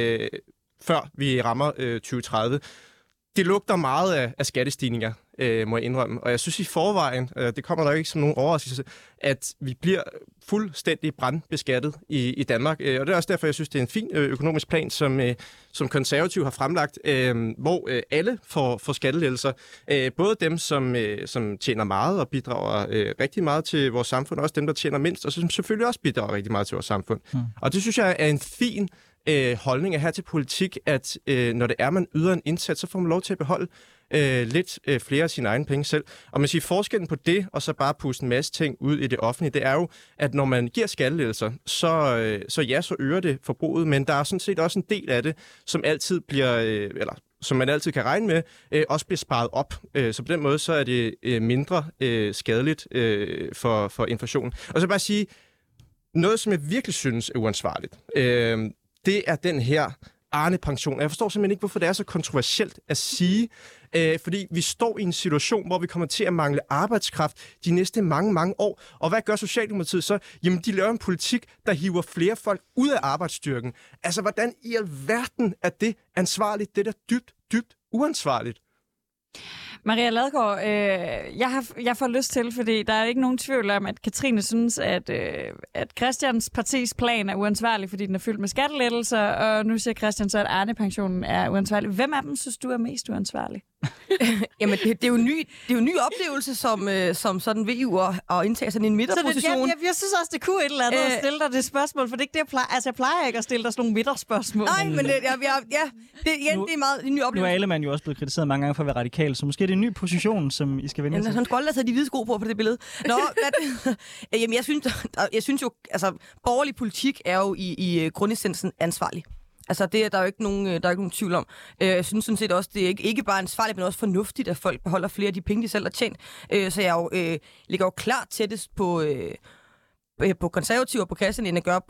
før vi rammer 2030, det lugter meget af skattestigninger, må jeg indrømme. Og jeg synes i forvejen, det kommer der ikke som nogen overraskelse, at vi bliver fuldstændig brandbeskattet i Danmark. Og det er også derfor, jeg synes, det er en fin økonomisk plan, som konservativ har fremlagt, hvor alle får skattelettelser. Både dem, som tjener meget og bidrager rigtig meget til vores samfund, og også dem, der tjener mindst, og som selvfølgelig også bidrager rigtig meget til vores samfund. Og det synes jeg er en fin holdning af her til politik, at når det er, man yder en indsats, så får man lov til at beholde lidt flere af sine egne penge selv. Og man siger, forskellen på det, og så bare puste en masse ting ud i det offentlige, det er jo, at når man giver skattelettelser, så øger det forbruget, men der er sådan set også en del af det, som altid bliver, som man altid kan regne med, også bliver sparet op. Så på den måde, så er det mindre skadeligt for inflationen. Og så bare sige, noget, som jeg virkelig synes er uansvarligt, det er den her Arne-pension. Jeg forstår simpelthen ikke, hvorfor det er så kontroversielt at sige, fordi vi står i en situation, hvor vi kommer til at mangle arbejdskraft de næste mange, mange år. Og hvad gør Socialdemokratiet så? Jamen, de laver en politik, der hiver flere folk ud af arbejdsstyrken. Altså, hvordan i alverden er det ansvarligt? Det er da dybt, dybt uansvarligt. Maria Ladegaard, jeg får lyst til, fordi der er ikke nogen tvivl om, at Katrine synes, at Christians partis plan er uansvarlig, fordi den er fyldt med skattelettelser, og nu siger Christian så, at Arne-pensionen er uansvarlig. Hvem af dem synes du er mest uansvarlig? Jamen, det er jo en ny oplevelse som sådan VU at indtage sådan en midterposition. Jeg synes også, det kunne et eller andet at stille dig det spørgsmål, for det er ikke det, jeg plejer. Altså, jeg plejer ikke at stille dig sådan nogle midterspørgsmål. Nej, men det er meget en ny oplevelse. Nu er Ellemann jo også blevet kritiseret mange gange for at være radikal, så måske er det en ny position, som I skal vende til. Han skulle aldrig have taget de hvide sko på det billede. Nå, jamen, jeg synes jo, altså, borgerlig politik er jo i grundessensen ansvarlig. Altså, det er der jo ikke nogen tvivl om. Jeg synes sådan set også, det er ikke bare ansvarligt, men også fornuftigt, at folk beholder flere af de penge, de selv har tjent. Så jeg ligger jo klart tættest på konservative og på Christian, end jeg gør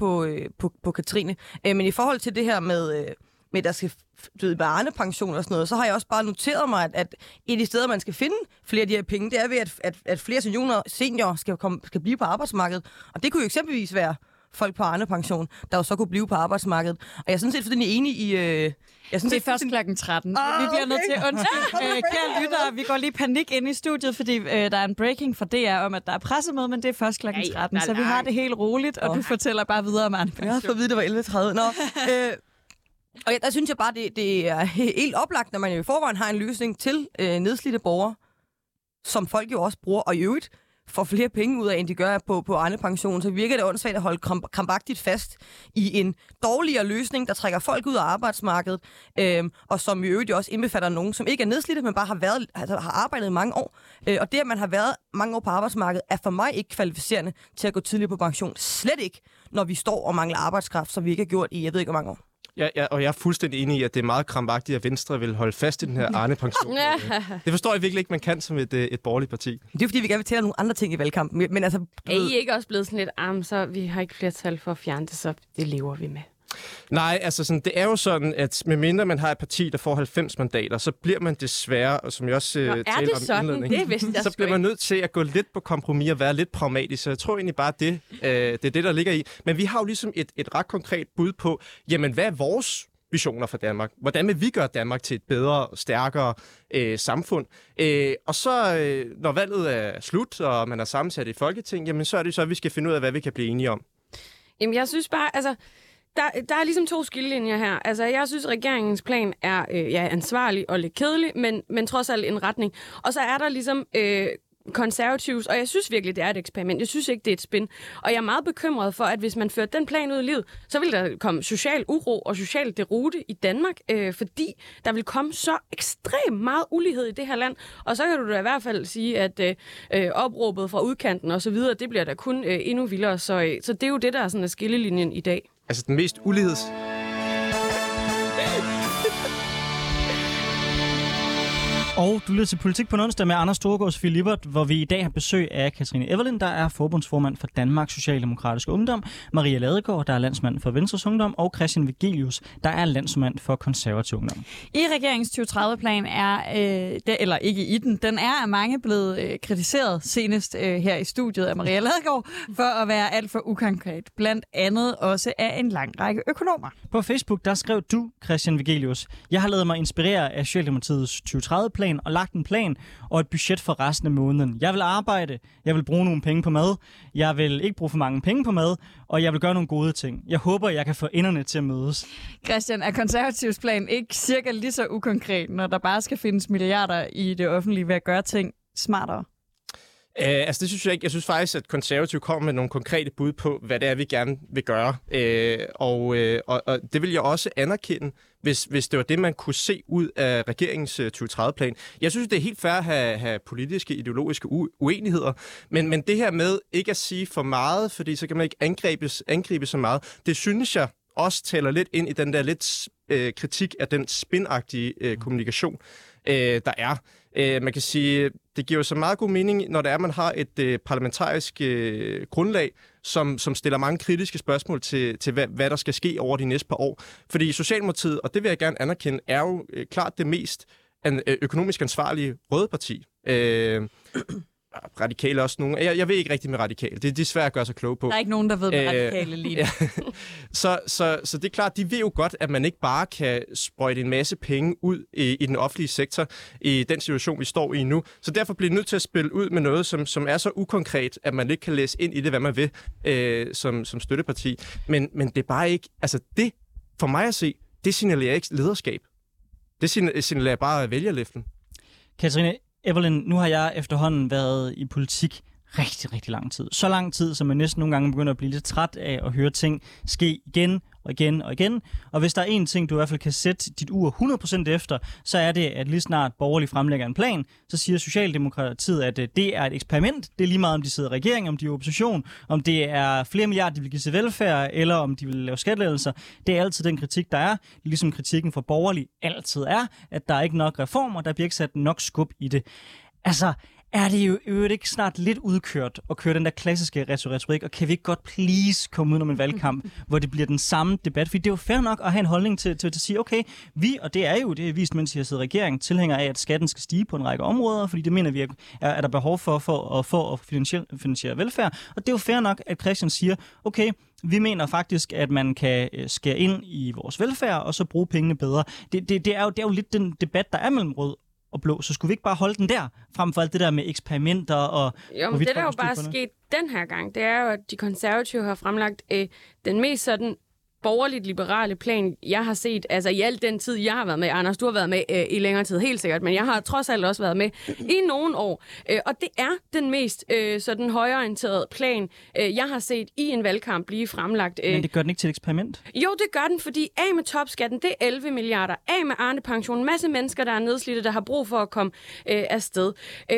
på Katrine. Men i forhold til det her med der skal med Arne-pension og sådan noget, så har jeg også bare noteret mig, at et af de steder, man skal finde flere af de her penge, det er ved, at flere seniorer skal blive på arbejdsmarkedet. Og det kunne jo eksempelvis være folk på Arne-pension, der jo så kunne blive på arbejdsmarkedet. Og jeg er sådan set fuldstændig enig i... det er først klokken 13. Vi bliver nødt til at undskylde. Kære lyttere, vi går lige panik ind i studiet, fordi der er en breaking fra DR om, at der er pressemøde, men det er først klokken 13. Så vi har det helt roligt, og du fortæller bare videre om Arne-pension. Jeg har fået at vide, det var 11.30. Og der synes jeg bare, det er helt oplagt, når man jo i forvejen har en løsning til nedslidte borgere, som folk jo også bruger, og i øvrigt får flere penge ud af, end de gør på Arne-pension, så virker det åndssvagt at holde krampagtigt fast i en dårligere løsning, der trækker folk ud af arbejdsmarkedet, og som i øvrigt også indbefatter nogen, som ikke er nedslidte, men bare har arbejdet i mange år. Og det, at man har været mange år på arbejdsmarkedet, er for mig ikke kvalificerende til at gå tidligere på pension. Slet ikke, når vi står og mangler arbejdskraft, som vi ikke har gjort i, jeg ved ikke, hvor mange år. Ja, og jeg er fuldstændig enig i, at det er meget krampagtigt, at Venstre vil holde fast i den her Arne-pension. Det forstår jeg virkelig ikke, man kan som et borgerligt parti. Det er fordi, vi gerne vil tale nogle andre ting i valgkampen. Men altså, er I ikke også blevet sådan lidt så vi har ikke flertal for at fjerne det, så det lever vi med? Nej, altså sådan, det er jo sådan, at medmindre man har et parti, der får 90 mandater, så bliver man desværre, og som jeg også talte om indledning, så bliver man nødt til at gå lidt på kompromis og være lidt pragmatisk. Så jeg tror egentlig bare, det er det, der ligger i. Men vi har jo ligesom et ret konkret bud på, jamen hvad er vores visioner for Danmark? Hvordan vil vi gøre Danmark til et bedre, stærkere samfund? Og så, når valget er slut, og man er sammensat i Folketing, jamen så er det så, at vi skal finde ud af, hvad vi kan blive enige om. Jamen jeg synes bare, altså... Der er ligesom to skillelinjer her. Altså, jeg synes, regeringens plan er ansvarlig og lidt kedelig, men trods alt en retning. Og så er der ligesom Conservatives, og jeg synes virkelig, det er et eksperiment. Jeg synes ikke, det er et spin. Og jeg er meget bekymret for, at hvis man fører den plan ud i livet, så vil der komme social uro og social derute i Danmark, fordi der vil komme så ekstremt meget ulighed i det her land. Og så kan du da i hvert fald sige, at opråbet fra udkanten og så videre, det bliver da kun endnu vildere. Så det er jo det, der er sådan skillelinjen i dag. Altså den mest uligheds... Og du lytter til Politik på onsdag med Anders Storgårds Philippert, hvor vi i dag har besøg af Katrine Evelyn, der er forbundsformand for Danmarks Socialdemokratiske Ungdom, Maria Ladegaard, der er landsmand for Venstres Ungdom, og Christian Vigelius, der er landsmand for Konservativ Ungdom. I regeringens 2030-plan eller ikke i den er af mange blevet kritiseret senest her i studiet af Maria Ladegaard for at være alt for ukonkret, blandt andet også af en lang række økonomer. På Facebook, der skrev du, Christian Vigelius, jeg har ladet mig inspirere af Socialdemokratiets 2030-plan og lagt en plan og et budget for resten af måneden. Jeg vil arbejde, jeg vil bruge nogle penge på mad, jeg vil ikke bruge for mange penge på mad, og jeg vil gøre nogle gode ting. Jeg håber, jeg kan få enderne til at mødes. Christian, er Konservativs plan ikke cirka lige så ukonkret, når der bare skal findes milliarder i det offentlige ved at gøre ting smartere? Altså det synes jeg ikke. Jeg synes faktisk, at Konservativ kommer med nogle konkrete bud på, hvad det er, vi gerne vil gøre. Og det vil jeg også anerkende, hvis det var det, man kunne se ud af regeringens 2030-plan. Jeg synes, det er helt fair at have politiske, ideologiske uenigheder, men det her med ikke at sige for meget, fordi så kan man ikke angribe så meget, det synes jeg også taler lidt ind i den der lidt kritik af den spinagtige kommunikation, der er. Man kan sige, det giver jo så meget god mening, når det er, man har et parlamentarisk grundlag, som stiller mange kritiske spørgsmål til hvad der skal ske over de næste par år. Fordi Socialdemokratiet, og det vil jeg gerne anerkende, er jo klart det mest økonomisk ansvarlige røde parti. Radikale også nogen. Jeg ved ikke rigtig med radikale. Det er svært at gøre sig kloge på. Der er ikke nogen, der ved med radikale lige nu. Så det er klart, de ved jo godt, at man ikke bare kan sprøjte en masse penge ud i den offentlige sektor i den situation, vi står i nu. Så derfor bliver nødt til at spille ud med noget, som er så ukonkret, at man ikke kan læse ind i det, hvad man vil som støtteparti. Men det er bare ikke... Altså det, for mig at se, det signalerer ikke lederskab. Det signalerer bare vælgerløften. Katarina Evelyn, nu har jeg efterhånden været i politik rigtig, rigtig lang tid. Så lang tid, som man næsten nogle gange begynder at blive lidt træt af at høre ting ske igen og igen og igen. Og hvis der er en ting, du i hvert fald kan sætte dit ur 100% efter, så er det, at lige snart borgerlig fremlægger en plan, så siger Socialdemokratiet, at det er et eksperiment. Det er lige meget, om de sidder i regering, om de er i opposition, om det er flere milliarder, de vil give til velfærd, eller om de vil lave skattelettelser. Det er altid den kritik, der er. Ligesom kritikken fra borgerlig altid er, at der er ikke nok reformer, der bliver ikke sat nok skub i det. Altså, er det jo ikke snart lidt udkørt at køre den der klassiske retorik, og kan vi ikke godt please komme ud om en valgkamp, hvor det bliver den samme debat? Fordi det er jo fair nok at have en holdning til at sige, okay, det er vist, mens I har siddet regering, tilhænger af, at skatten skal stige på en række områder, fordi det mener vi, er der behov for at finansiere velfærd. Og det er jo fair nok, at Christian siger, okay, vi mener faktisk, at man kan skære ind i vores velfærd, og så bruge pengene bedre. Det er jo lidt den debat, der er mellem rød og blå, så skulle vi ikke bare holde den der, frem for alt det der med eksperimenter og... Jo, men det der jo bare sket den her gang, det er jo, at de konservative har fremlagt den mest sådan borgerligt liberale plan, jeg har set, altså i al den tid, jeg har været med. Anders, du har været med i længere tid, helt sikkert, men jeg har trods alt også været med i nogle år. Og det er den mest sådan højreorienterede plan, jeg har set i en valgkamp blive fremlagt. Men det gør den ikke til et eksperiment? Jo, det gør den, fordi af med topskatten, det er 11 milliarder. Af med Arne-pension, en masse mennesker, der er nedslidte, der har brug for at komme afsted.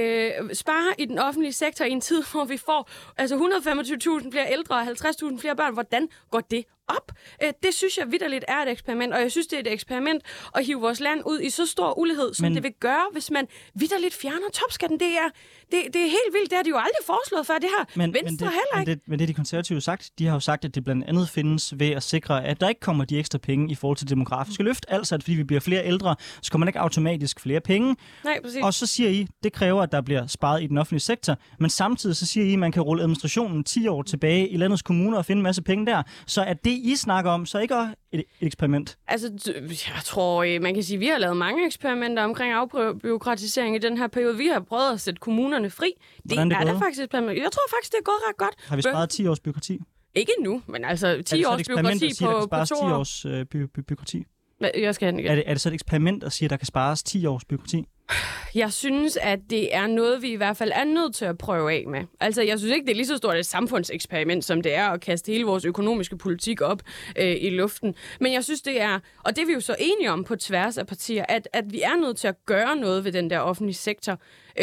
Spare i den offentlige sektor i en tid, hvor vi får altså 125.000 flere ældre og 50.000 flere børn. Hvordan går det op? Det synes jeg vitterligt er et eksperiment, og jeg synes, det er et eksperiment at hive vores land ud i så stor ulighed, som det vil gøre, hvis man vitterligt fjerner topskatten. Det er helt vildt. Det har de jo aldrig foreslået før, det her. Venstre heller ikke. Men det de konservative har sagt, de har jo sagt, at det blandt andet findes ved at sikre, at der ikke kommer de ekstra penge i forhold til demografiske løft. Altså, at fordi vi bliver flere ældre, så kommer man ikke automatisk flere penge. Nej, præcis. Og så siger I, det kræver, at der bliver sparet i den offentlige sektor. Men samtidig så siger I, at man kan rulle administrationen 10 år tilbage i landets kommuner og finde en masse penge der. Så at det, I snakker om, så ikke et eksperiment? Altså, jeg tror, man kan sige, at vi har lavet mange eksperimenter omkring afbureaukratisering i den her periode. Vi har prøvet at sætte kommunerne fri. Det er der faktisk et eksperiment. Jeg tror faktisk, det er gået ret godt. Har vi sparet 10 års byråkrati? Ikke nu, men altså 10 års byråkrati på 2 år. 10 års byråkrati? Jeg skal er det så et eksperiment at sige, at der kan spares 10 års byråkrati? Jeg synes, at det er noget, vi i hvert fald er nødt til at prøve af med. Altså, jeg synes ikke, det er lige så stort et samfundseksperiment, som det er at kaste hele vores økonomiske politik op i luften. Men jeg synes, det er, og det er vi jo så enige om på tværs af partier, at vi er nødt til at gøre noget ved den der offentlige sektor,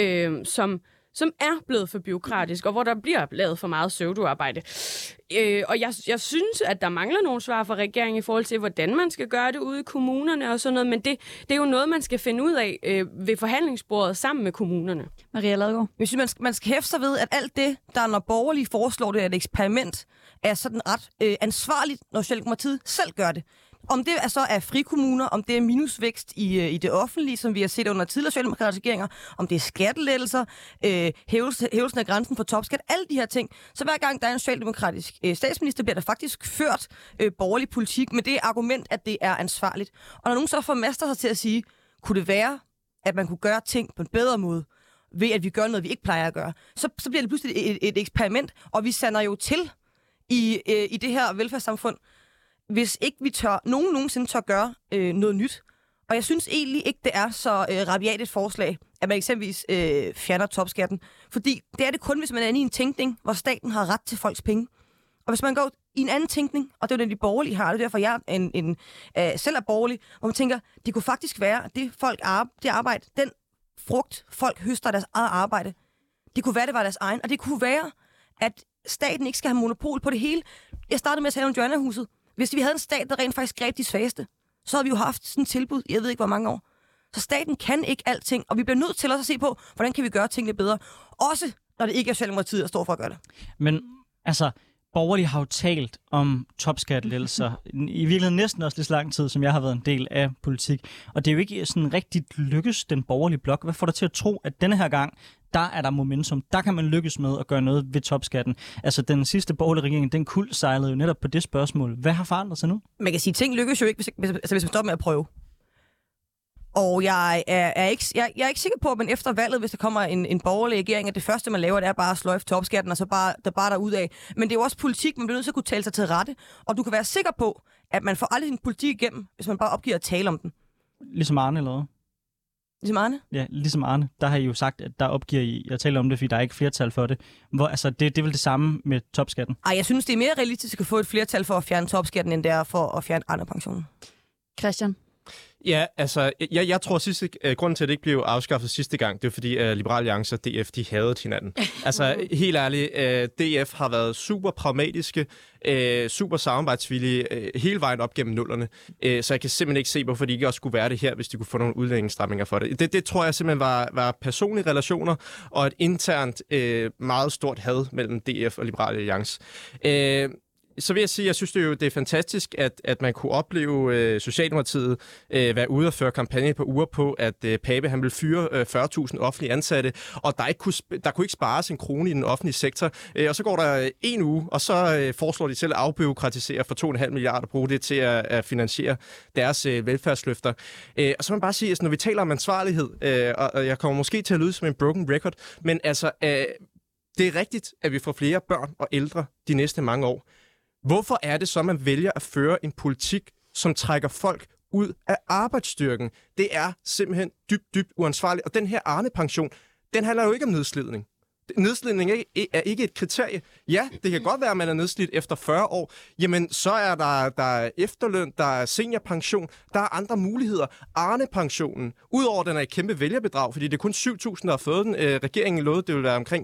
som er blevet for bureaukratisk, og hvor der bliver lavet for meget pseudoarbejde. Og jeg synes, at der mangler nogle svar fra regeringen i forhold til, hvordan man skal gøre det ude i kommunerne og sådan noget, men det er jo noget, man skal finde ud af ved forhandlingsbordet sammen med kommunerne. Maria Ladegaard? Jeg synes, man skal hæfte sig ved, at alt det, der når borgerlige foreslår det er et eksperiment, er sådan ret ansvarligt, når Socialdemokratiet selv gør det. Om det så er frikommuner, om det er minusvækst i det offentlige, som vi har set under tidligere socialdemokratiske regeringer, om det er skattelettelser, hævelsen af grænsen for topskat, alle de her ting. Så hver gang der er en socialdemokratisk statsminister, bliver der faktisk ført borgerlig politik med det argument, at det er ansvarligt. Og når nogen så formaster sig til at sige, kunne det være, at man kunne gøre ting på en bedre måde, ved at vi gør noget, vi ikke plejer at gøre, så bliver det pludselig et eksperiment, og vi sander jo til i det her velfærdssamfund, hvis ikke vi nogensinde tør gøre noget nyt. Og jeg synes egentlig ikke, det er så rabiat et forslag, at man eksempelvis fjerner topskatten. Fordi det er det kun, hvis man er inde i en tænkning, hvor staten har ret til folks penge. Og hvis man går i en anden tænkning, og det er jo den, de borgerlige har, det er derfor, jeg selv er borgerlig, hvor man tænker, det kunne faktisk være, at det arbejde, den frugt, folk høster deres eget arbejde, det kunne være, det var deres egen. Og det kunne være, at staten ikke skal have monopol på det hele. Jeg startede med at tale om Joanna-huset. Hvis vi havde en stat, der rent faktisk greb de svageste, så havde vi jo haft sådan et tilbud, jeg ved ikke hvor mange år. Så staten kan ikke alting, og vi bliver nødt til også at se på, hvordan kan vi gøre tingene bedre. Også når det ikke er Socialdemokratiet, der står for at gøre det. Men altså, borgerlige har jo talt om topskattelettelser i virkeligheden næsten også lige så lang tid, som jeg har været en del af politik. Og det er jo ikke sådan rigtigt lykkes den borgerlige blok. Hvad får dig til at tro, at denne her gang, der er der momentum. Der kan man lykkes med at gøre noget ved topskatten. Altså, den sidste borgerlige regering, den kuldsejlede jo netop på det spørgsmål. Hvad har forandret sig nu? Man kan sige, at ting lykkes jo ikke, hvis man stopper med at prøve. Og jeg er ikke sikker på, at man efter valget, hvis der kommer en borgerlig regering, at det første, man laver, det er bare at sløjfe topskatten, og så bare derudad. Men det er jo også politik, man bliver nødt til at kunne tale sig til rette. Og du kan være sikker på, at man får aldrig sin politik igennem, hvis man bare opgiver at tale om den. Ligesom Arne eller hvad? Ligesom Arne? Ja, ligesom Arne. Der har I jo sagt, at der opgiver I. Jeg taler om det, fordi der er ikke flertal for det. Det er vel det samme med topskatten? Ej, jeg synes, det er mere realistisk at få et flertal for at fjerne topskatten, end det er for at fjerne Arne-pensionen. Christian? Ja, altså, jeg tror, grunden til, at det ikke blev afskaffet sidste gang, det er fordi Liberal Alliance og DF, de hadede hinanden. Altså, helt ærligt, DF har været super pragmatiske, super samarbejdsvillige hele vejen op gennem nullerne. Så jeg kan simpelthen ikke se, hvorfor de ikke også skulle være det her, hvis de kunne få nogle udlændingsstramninger for det. Det tror jeg simpelthen var personlige relationer og et internt meget stort had mellem DF og Liberal Alliance. Så vil jeg sige, at jeg synes det er fantastisk, at man kunne opleve Socialdemokratiet være ude og føre kampagne på uger på, at Pape han vil fyre 40.000 offentlige ansatte, og der kunne ikke spares en krone i den offentlige sektor. Og så går der en uge, og så foreslår de selv at afbureaukratisere for 2,5 milliarder og bruge det til at finansiere deres velfærdsløfter. Og så må man bare sige, at når vi taler om ansvarlighed, og jeg kommer måske til at lyde som en broken record, men altså, det er rigtigt, at vi får flere børn og ældre de næste mange år. Hvorfor er det så, man vælger at føre en politik, som trækker folk ud af arbejdsstyrken? Det er simpelthen dybt uansvarligt. Og den her Arne-pension, den handler jo ikke om nedslidning. Nedslidning er ikke et kriterie. Ja, det kan godt være, at man er nedslidt efter 40 år. Jamen, så er der efterløn, der er seniorpension, der er andre muligheder. Arne-pensionen, udover den er et kæmpe vælgerbedrag, fordi det er kun 7.000, der har fået den. Regeringen lovede, det vil være omkring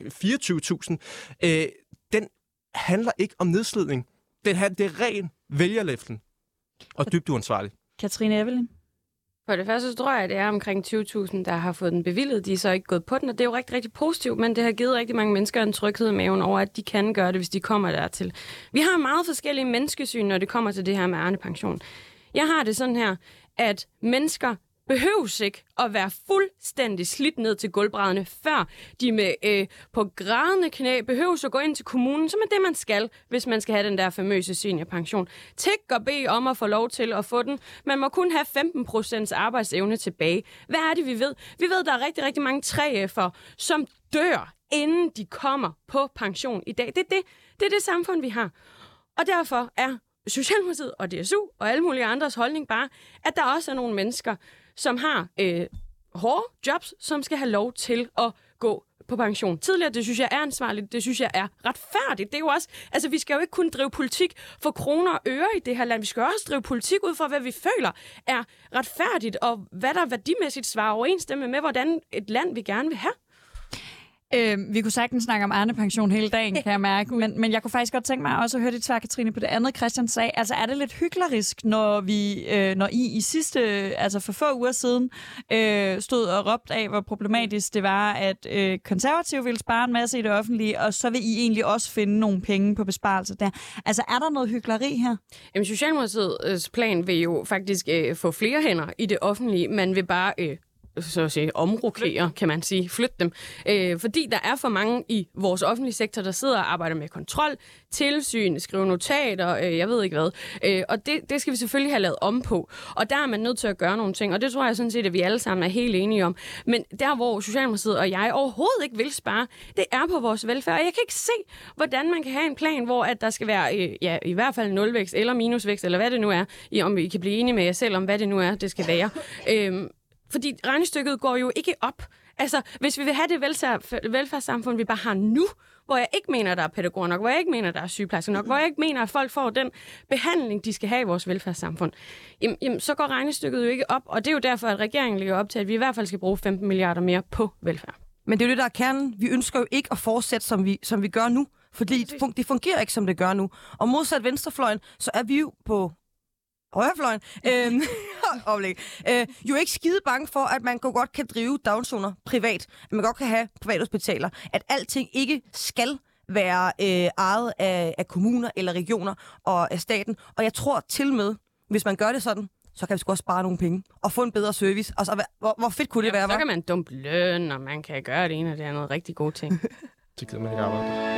24.000. Den handler ikke om nedslidning. Det er ren vælgerlæften og dybt uansvarligt. Katrine Evelyn? For det første så tror jeg, at det er omkring 20.000, der har fået den bevilget. De er så ikke gået på den, og det er jo rigtig, rigtig positivt, men det har givet rigtig mange mennesker en tryghed i maven over, at de kan gøre det, hvis de kommer dertil. Vi har meget forskellige menneskesyn, når det kommer til det her med Arne-pension. Jeg har det sådan her, at mennesker behøves ikke at være fuldstændig slidt ned til gulvbrædderne, før de med på grædende knæ behøves at gå ind til kommunen, som er det, man skal, hvis man skal have den der famøse seniorpension. Tænk og bed om at få lov til at få den. Man må kun have 15% arbejdsevne tilbage. Hvad er det, vi ved? Vi ved, at der er rigtig, rigtig mange 3F'ere, som dør, inden de kommer på pension i dag. Det er det samfund, vi har. Og derfor er Socialdemokratiet og DSU og alle mulige andres holdning bare, at der også er nogle mennesker, som har hårde jobs, som skal have lov til at gå på pension tidligere. Det synes jeg er ansvarligt. Det synes jeg er retfærdigt. Det er jo også, altså vi skal jo ikke kun drive politik for kroner og øre i det her land. Vi skal også drive politik ud fra, hvad vi føler er retfærdigt, og hvad der værdimæssigt svarer overensstemme med, hvordan et land vi gerne vil have. Vi kunne sagtens snakke om Arne-pension hele dagen, kan jeg mærke, men jeg kunne faktisk godt tænke mig også at høre dit svar, Katrine, på det andet, Christian sagde. Altså, er det lidt hyklerisk, når I sidste, altså for få uger siden, stod og råbte af, hvor problematisk det var, at konservative ville spare en masse i det offentlige, og så vil I egentlig også finde nogle penge på besparelser der. Altså, er der noget hykleri her? Jamen, Socialdemokratiets plan vil jo faktisk få flere hænder i det offentlige. Man vil bare så at sige, omrokere, kan man sige, flytte dem. Fordi der er for mange i vores offentlige sektor, der sidder og arbejder med kontrol, tilsyn, skriver notater, jeg ved ikke hvad. Og det skal vi selvfølgelig have lavet om på. Og der er man nødt til at gøre nogle ting, og det tror jeg sådan set, at vi alle sammen er helt enige om. Men der, hvor Socialdemokratiet og jeg overhovedet ikke vil spare, det er på vores velfærd. Og jeg kan ikke se, hvordan man kan have en plan, hvor at der skal være i hvert fald nulvækst eller minusvækst, eller hvad det nu er, om vi kan blive enige med jer selv om, hvad det nu er, det skal være. Fordi regnestykket går jo ikke op. Altså, hvis vi vil have det velfærdssamfund, vi bare har nu, hvor jeg ikke mener, der er pædagoger nok, hvor jeg ikke mener, der er sygeplejersker nok, hvor jeg ikke mener, at folk får den behandling, de skal have i vores velfærdssamfund, jamen, så går regnestykket jo ikke op. Og det er jo derfor, at regeringen ligger op til, at vi i hvert fald skal bruge 15 milliarder mere på velfærd. Men det er jo det, der er kernen. Vi ønsker jo ikke at fortsætte, som vi gør nu. Fordi det fungerer ikke, som det gør nu. Og modsat venstrefløjen, så er vi jo på højrefløjen, jo ikke skide bange for, at man godt kan drive daginstitutioner privat, at man godt kan have privathospitaler, at alting ikke skal være ejet af kommuner eller regioner og af staten. Og jeg tror til med, hvis man gør det sådan, så kan vi sgu også spare nogle penge og få en bedre service. Og så, hvor fedt kunne det være, så kan man dumpe løn, og man kan gøre det ene og det andet rigtig gode ting. Det gider man ikke arbejde.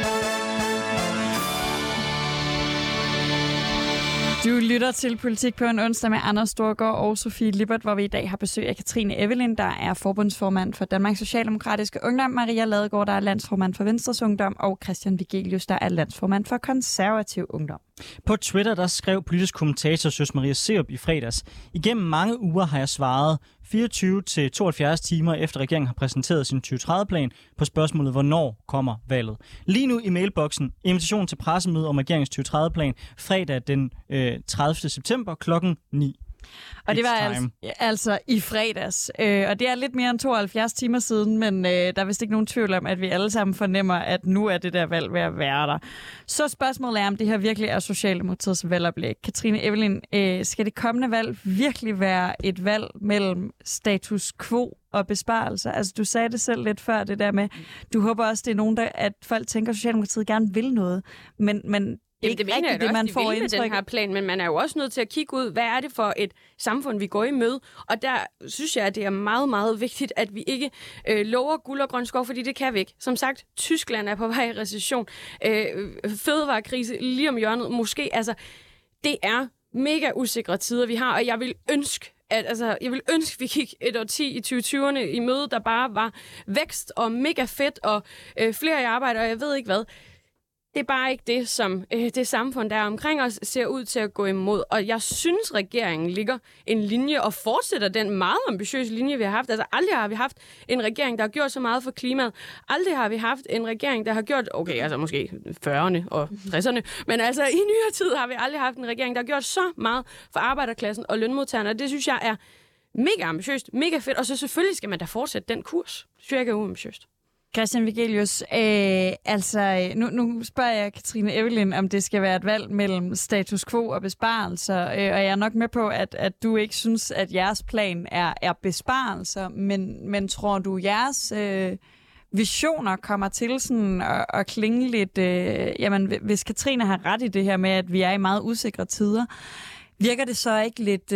Du lytter til Politik på en onsdag med Anders Storgård og Sofie Lippert, hvor vi i dag har besøg af Katrine Evelyn, der er forbundsformand for Danmarks Socialdemokratiske Ungdom, Maria Ladegaard, der er landsformand for Venstres Ungdom, og Christian Vigelius, der er landsformand for Konservativ Ungdom. På Twitter der skrev politisk kommentator Søs Maria Serup i fredags: "Igennem mange uger har jeg svaret, 24 til 72 timer efter regeringen har præsenteret sin 2030-plan på spørgsmålet, hvornår kommer valget. Lige nu i mailboksen invitation til pressemøde om regeringens 2030-plan fredag den 30. september klokken 9. Og det var altså i fredags. Og det er lidt mere end 72 timer siden, men der er vist ikke nogen tvivl om, at vi alle sammen fornemmer, at nu er det der valg ved at være der. Så spørgsmålet er, om det her virkelig er Socialdemokratiets valgoplæg. Katrine Evelyn, skal det kommende valg virkelig være et valg mellem status quo og besparelser? Altså, du sagde det selv lidt før, det der med, du håber også, det er nogen, at folk tænker, at Socialdemokratiet gerne vil noget, men Jamen, det mener jeg det, man får med den her plan, men man er jo også nødt til at kigge ud, hvad er det for et samfund, vi går i møde. Og der synes jeg, at det er meget, meget vigtigt, at vi ikke lover guld og grøn skov, fordi det kan vi ikke. Som sagt, Tyskland er på vej i recession. Fødevarekrise lige om hjørnet. Måske, altså, det er mega usikre tider, vi har, og jeg vil ønske, at vi gik et årti i 2020'erne i møde, der bare var vækst og mega fedt og flere i arbejde, og jeg ved ikke hvad. Det er bare ikke det, som det samfund, der er omkring os, ser ud til at gå imod. Og jeg synes, regeringen ligger en linje og fortsætter den meget ambitiøse linje, vi har haft. Altså aldrig har vi haft en regering, der har gjort så meget for klimaet. Aldrig har vi haft en regering, der har gjort, måske 40'erne og 60'erne, men altså i nyere tid har vi aldrig haft en regering, der har gjort så meget for arbejderklassen og lønmodtagerne. Og det synes jeg er mega ambitiøst, mega fedt. Og så selvfølgelig skal man da fortsætte den kurs. Det synes jeg ikke er uambitiøst. Christian Vigelius, nu spørger jeg Katrine Evelyn, om det skal være et valg mellem status quo og besparelser, og jeg er nok med på, at du ikke synes, at jeres plan er besparelser, men tror du, jeres visioner kommer til sådan at klinge lidt, hvis Katrine har ret i det her med, at vi er i meget usikre tider, virker det så ikke lidt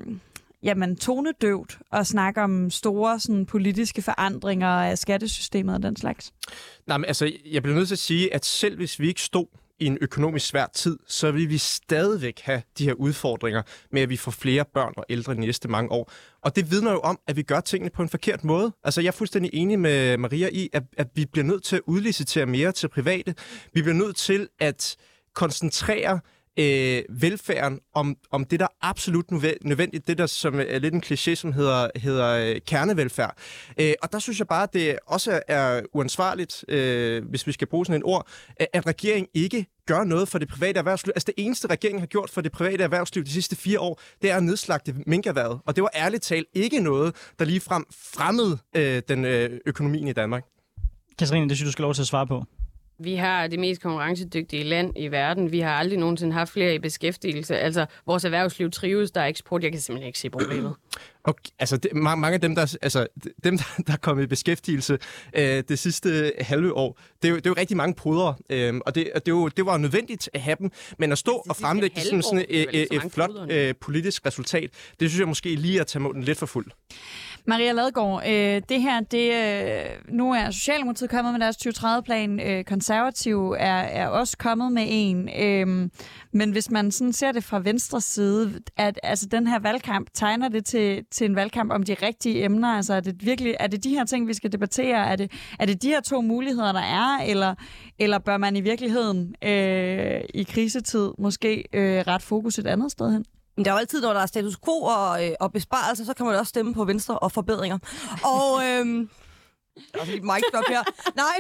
tonedøvt at snakke om store sådan, politiske forandringer af skattesystemet og den slags? Nej, men altså, jeg bliver nødt til at sige, at selv hvis vi ikke stod i en økonomisk svær tid, så vil vi stadigvæk have de her udfordringer med, at vi får flere børn og ældre de næste mange år. Og det vidner jo om, at vi gør tingene på en forkert måde. Altså, jeg er fuldstændig enig med Maria i, at vi bliver nødt til at udlicitere mere til private. Vi bliver nødt til at koncentrere velfærden om det, der er absolut nødvendigt, det der som er lidt en kliché, som hedder kernevelfærd. Og der synes jeg bare, at det også er uansvarligt, hvis vi skal bruge sådan et ord, at regeringen ikke gør noget for det private erhvervsliv. Altså det eneste, regeringen har gjort for det private erhvervsliv de sidste 4 år, det er at nedslagte minkerhvervet. Og det var ærligt talt ikke noget, der ligefrem fremmede den økonomien i Danmark. Katrine, det synes du skal lov til at svare på. Vi har det mest konkurrencedygtige land i verden. Vi har aldrig nogensinde haft flere i beskæftigelse. Altså, vores erhvervsliv trives, der er eksport. Jeg kan simpelthen ikke se problemet. Okay, altså, mange af dem, der er kommet i beskæftigelse det sidste halve år, det er jo rigtig mange brudere. Og det var nødvendigt at have dem. Men at stå og fremlægge sådan et flot politisk resultat, det synes jeg måske lige at tage måden lidt for fuld. Maria Ladegaard, det her, nu er Socialdemokratiet kommet med deres 2030-plan, Konservative er også kommet med en, men hvis man sådan ser det fra venstre side, at altså den her valgkamp, tegner det til en valgkamp om de rigtige emner, altså er det de her ting, vi skal debattere, er det de her 2 muligheder, der er, eller bør man i virkeligheden i krisetid måske ret fokus et andet sted hen? Men der er jo altid, når der er status quo og besparelser, så kan man også stemme på Venstre og forbedringer. Og der er lidt mic drop her. Nej,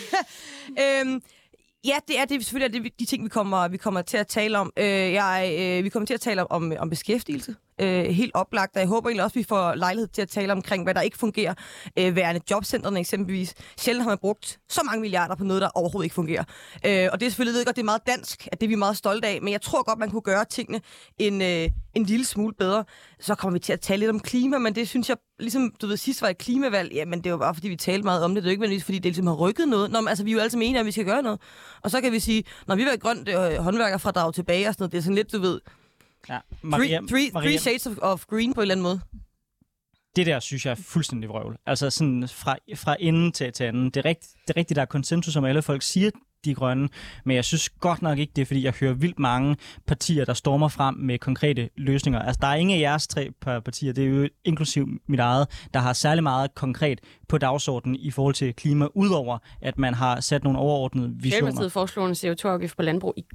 men ja, det er selvfølgelig de ting, vi kommer til at tale om. Vi kommer til at tale om beskæftigelse. Helt oplagt, og jeg håber egentlig også, at vi får lejlighed til at tale omkring, hvad der ikke fungerer. Værende jobcentrene eksempelvis. Sjældent har man brugt så mange milliarder på noget, der overhovedet ikke fungerer. Og det er selvfølgelig godt, det er meget dansk, at det er vi meget stolte af, men jeg tror godt, man kunne gøre tingene en lille smule bedre. Så kommer vi til at tale lidt om klima, men det synes jeg, ligesom du ved, sidst var et klimavalg, jamen det er jo bare fordi, vi talte meget om det. Det er jo ikke nødvendigvis, fordi det ligesom har rykket noget. Nå, men, altså, vi er jo alle sammen enige, at vi skal gøre noget. Og så kan vi sige, når vi vil have grønt håndværkerfradrag tilbage og sådan noget, det er sådan lidt, du ved, ja, Three shades of green på en eller anden måde. Det der synes jeg er fuldstændig vrøvl. Altså sådan fra ende til anden. Det er rigtigt, der er konsensus om, alle folk siger, de grønne, men jeg synes godt nok ikke det, fordi jeg hører vildt mange partier, der stormer frem med konkrete løsninger. Altså, der er ingen af jeres 3 partier, det er jo inklusiv mit eget, der har særlig meget konkret på dagsordenen i forhold til klima, udover at man har sat nogle overordnede visioner. Socialdemokratiet foreslog en CO2-afgift på landbrug i går.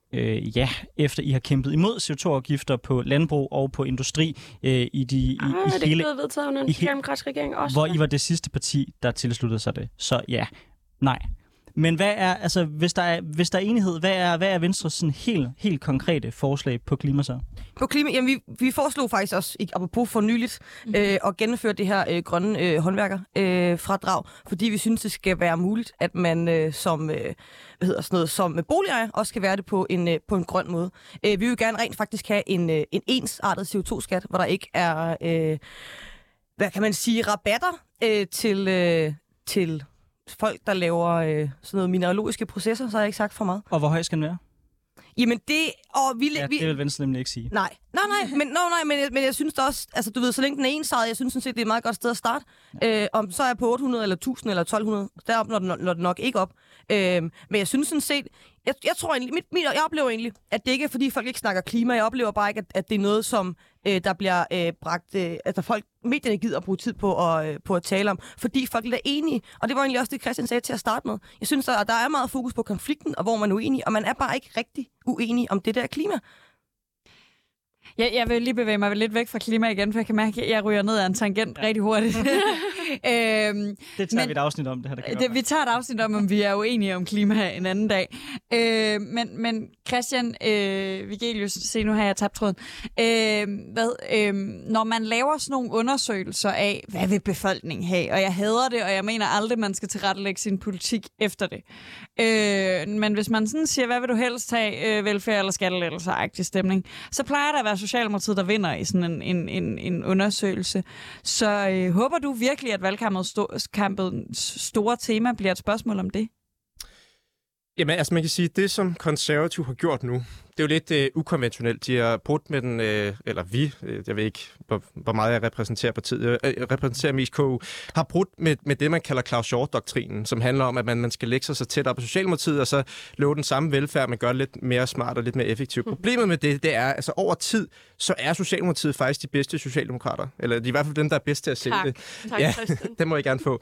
efter I har kæmpet imod CO2-afgifter på landbrug og på industri i hele... det er blevet vedtaget under en socialdemokratisk regering også. Hvor I var det sidste parti, der tilsluttede sig det. Så ja, nej. Men hvad er, altså, hvis der er enighed, hvad er Venstres sådan helt konkrete forslag på klima så? På klima, jamen vi foreslog faktisk også, apropos for nyligt, at gennemføre det her grønne håndværkerfradrag, fordi vi synes, det skal være muligt, at man som boligejer også skal være det på en grøn måde. Vi vil gerne rent faktisk have en ensartet CO2-skat, hvor der ikke er, hvad kan man sige, rabatter til folk, der laver sådan noget mineralogiske processer, så har jeg ikke sagt for meget. Og hvor høj skal den være? Jamen det... det vil Venstre nemlig ikke sige. Nej, men jeg synes da også, altså du ved, så længe den er ensartet, jeg synes sådan set, det er et meget godt sted at starte. Om så er jeg på 800 eller 1000 eller 1200, derop når det nok ikke op. Men jeg synes sådan set, jeg tror egentlig, jeg oplever egentlig, at det ikke er, fordi folk ikke snakker klima. Jeg oplever bare ikke, at det er noget, som der bliver bragt, altså medierne gider at bruge tid på at tale om, fordi folk er enige. Og det var egentlig også det, Christian sagde til at starte med. Jeg synes, der er meget fokus på konflikten, og hvor man er uenig, og man er bare ikke rigtig uenig om det der klima. Jeg vil lige bevæge mig lidt væk fra klima igen, for jeg kan mærke, at jeg ryger ned ad en tangent rigtig hurtigt. Det tager vi et afsnit om, det her. Vi tager et afsnit om vi er uenige om klima en anden dag. Men Christian Vigelius, se nu har jeg tabt tråden. Når man laver sådan nogle undersøgelser af, hvad vil befolkningen have, og jeg hader det, og jeg mener aldrig, man skal tilrettelægge sin politik efter det. Men hvis man sådan siger, hvad vil du helst have, velfærd eller skattelettelser-agtig stemning, så plejer der at være Socialdemokratiet, der vinder i sådan en undersøgelse. Så håber du virkelig, at valgkampens store tema bliver et spørgsmål om det? Jamen, altså man kan sige, det som Konservative har gjort nu, det er jo lidt ukonventionelt. De har brudt med den, jeg ved ikke, hvor meget jeg repræsenterer partiet, jeg repræsenterer mest KU, har brudt med det, man kalder Claus Hjort-doktrinen, som handler om, at man skal lægge sig så tæt op på Socialdemokratiet, og så love den samme velfærd, men gøre det lidt mere smart og lidt mere effektivt. Problemet med det er, altså over tid, så er Socialdemokratiet faktisk de bedste socialdemokrater. Eller de er i hvert fald dem, der er bedst til at sælge det. Tak, ja, Christian. det må jeg gerne få.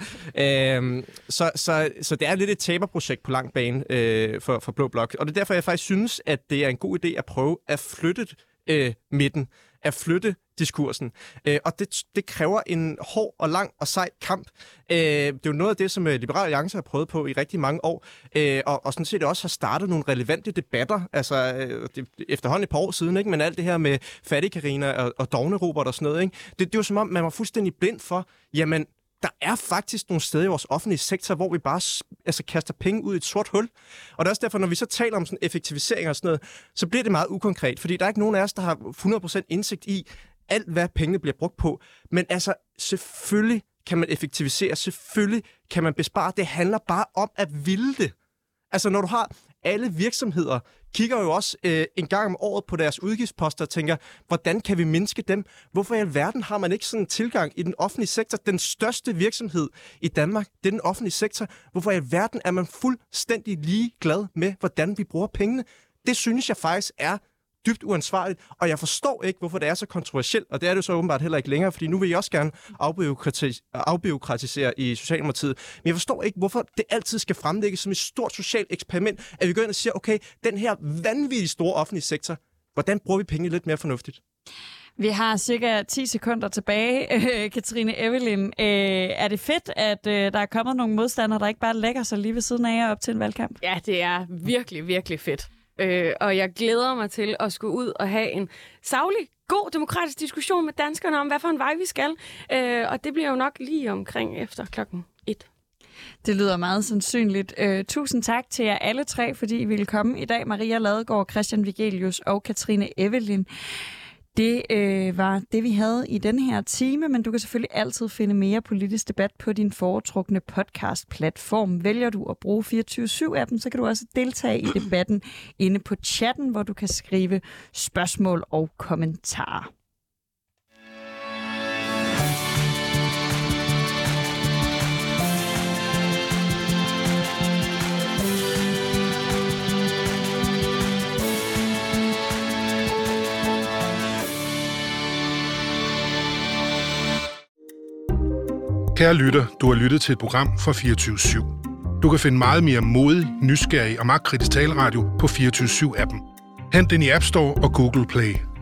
Så det er lidt et taberprojekt på lang bane for Blå Blok. Og det er derfor, jeg faktisk synes, at det er en god idé at prøve at flytte midten, at flytte diskursen. Og det kræver en hård og lang og sej kamp. Det er jo noget af det, som Liberal Alliance har prøvet på i rigtig mange år, og sådan set også har startet nogle relevante debatter, altså efterhånden et par år siden, ikke? Men alt det her med Fattig-Carina og Dovne-Robert og sådan noget, ikke? Det er jo som om, man var fuldstændig blind for, jamen, der er faktisk nogle steder i vores offentlige sektor, hvor vi bare kaster penge ud i et sort hul. Og det er også derfor, når vi så taler om sådan effektivisering og sådan noget, så bliver det meget ukonkret, fordi der er ikke nogen af os, der har 100% indsigt i alt, hvad pengene bliver brugt på. Men altså, selvfølgelig kan man effektivisere, selvfølgelig kan man bespare. Det handler bare om at ville det. Altså, når du har alle virksomheder, kigger jo også en gang om året på deres udgiftsposter og tænker, hvordan kan vi mindske dem? Hvorfor i alverden har man ikke sådan en tilgang i den offentlige sektor? Den største virksomhed i Danmark, det er den offentlige sektor. Hvorfor i alverden er man fuldstændig ligeglad med, hvordan vi bruger pengene? Det synes jeg faktisk er dybt uansvarligt, og jeg forstår ikke, hvorfor det er så kontroversielt, og det er det så åbenbart heller ikke længere, fordi nu vil jeg også gerne afbureaukratisere i Socialdemokratiet, men jeg forstår ikke, hvorfor det altid skal fremlægges som et stort socialt eksperiment, at vi går ind og siger, okay, den her vanvittigt store offentlige sektor, hvordan bruger vi penge lidt mere fornuftigt? Vi har cirka 10 sekunder tilbage. Katrine Evelyn, er det fedt, at der er kommet nogle modstandere, der ikke bare lægger sig lige ved siden af jer op til en valgkamp? Ja, det er virkelig, virkelig fedt. Og jeg glæder mig til at skulle ud og have en saglig, god demokratisk diskussion med danskerne om, hvad for en vej vi skal. Og det bliver jo nok lige omkring efter 1:00. Det lyder meget sandsynligt. Tusind tak til jer alle tre, fordi I ville komme i dag. Maria Ladegaard, Christian Vigelius og Katrine Evelyn. Det var det, vi havde i denne her time, men du kan selvfølgelig altid finde mere politisk debat på din foretrukne podcast-platform. Vælger du at bruge 24/7-appen, så kan du også deltage i debatten inde på chatten, hvor du kan skrive spørgsmål og kommentarer. Kære lytter, du har lyttet til et program fra 24/7. Du kan finde meget mere modig, nysgerrig og magtkritisk taleradio på 24/7-appen. Hent den i App Store og Google Play.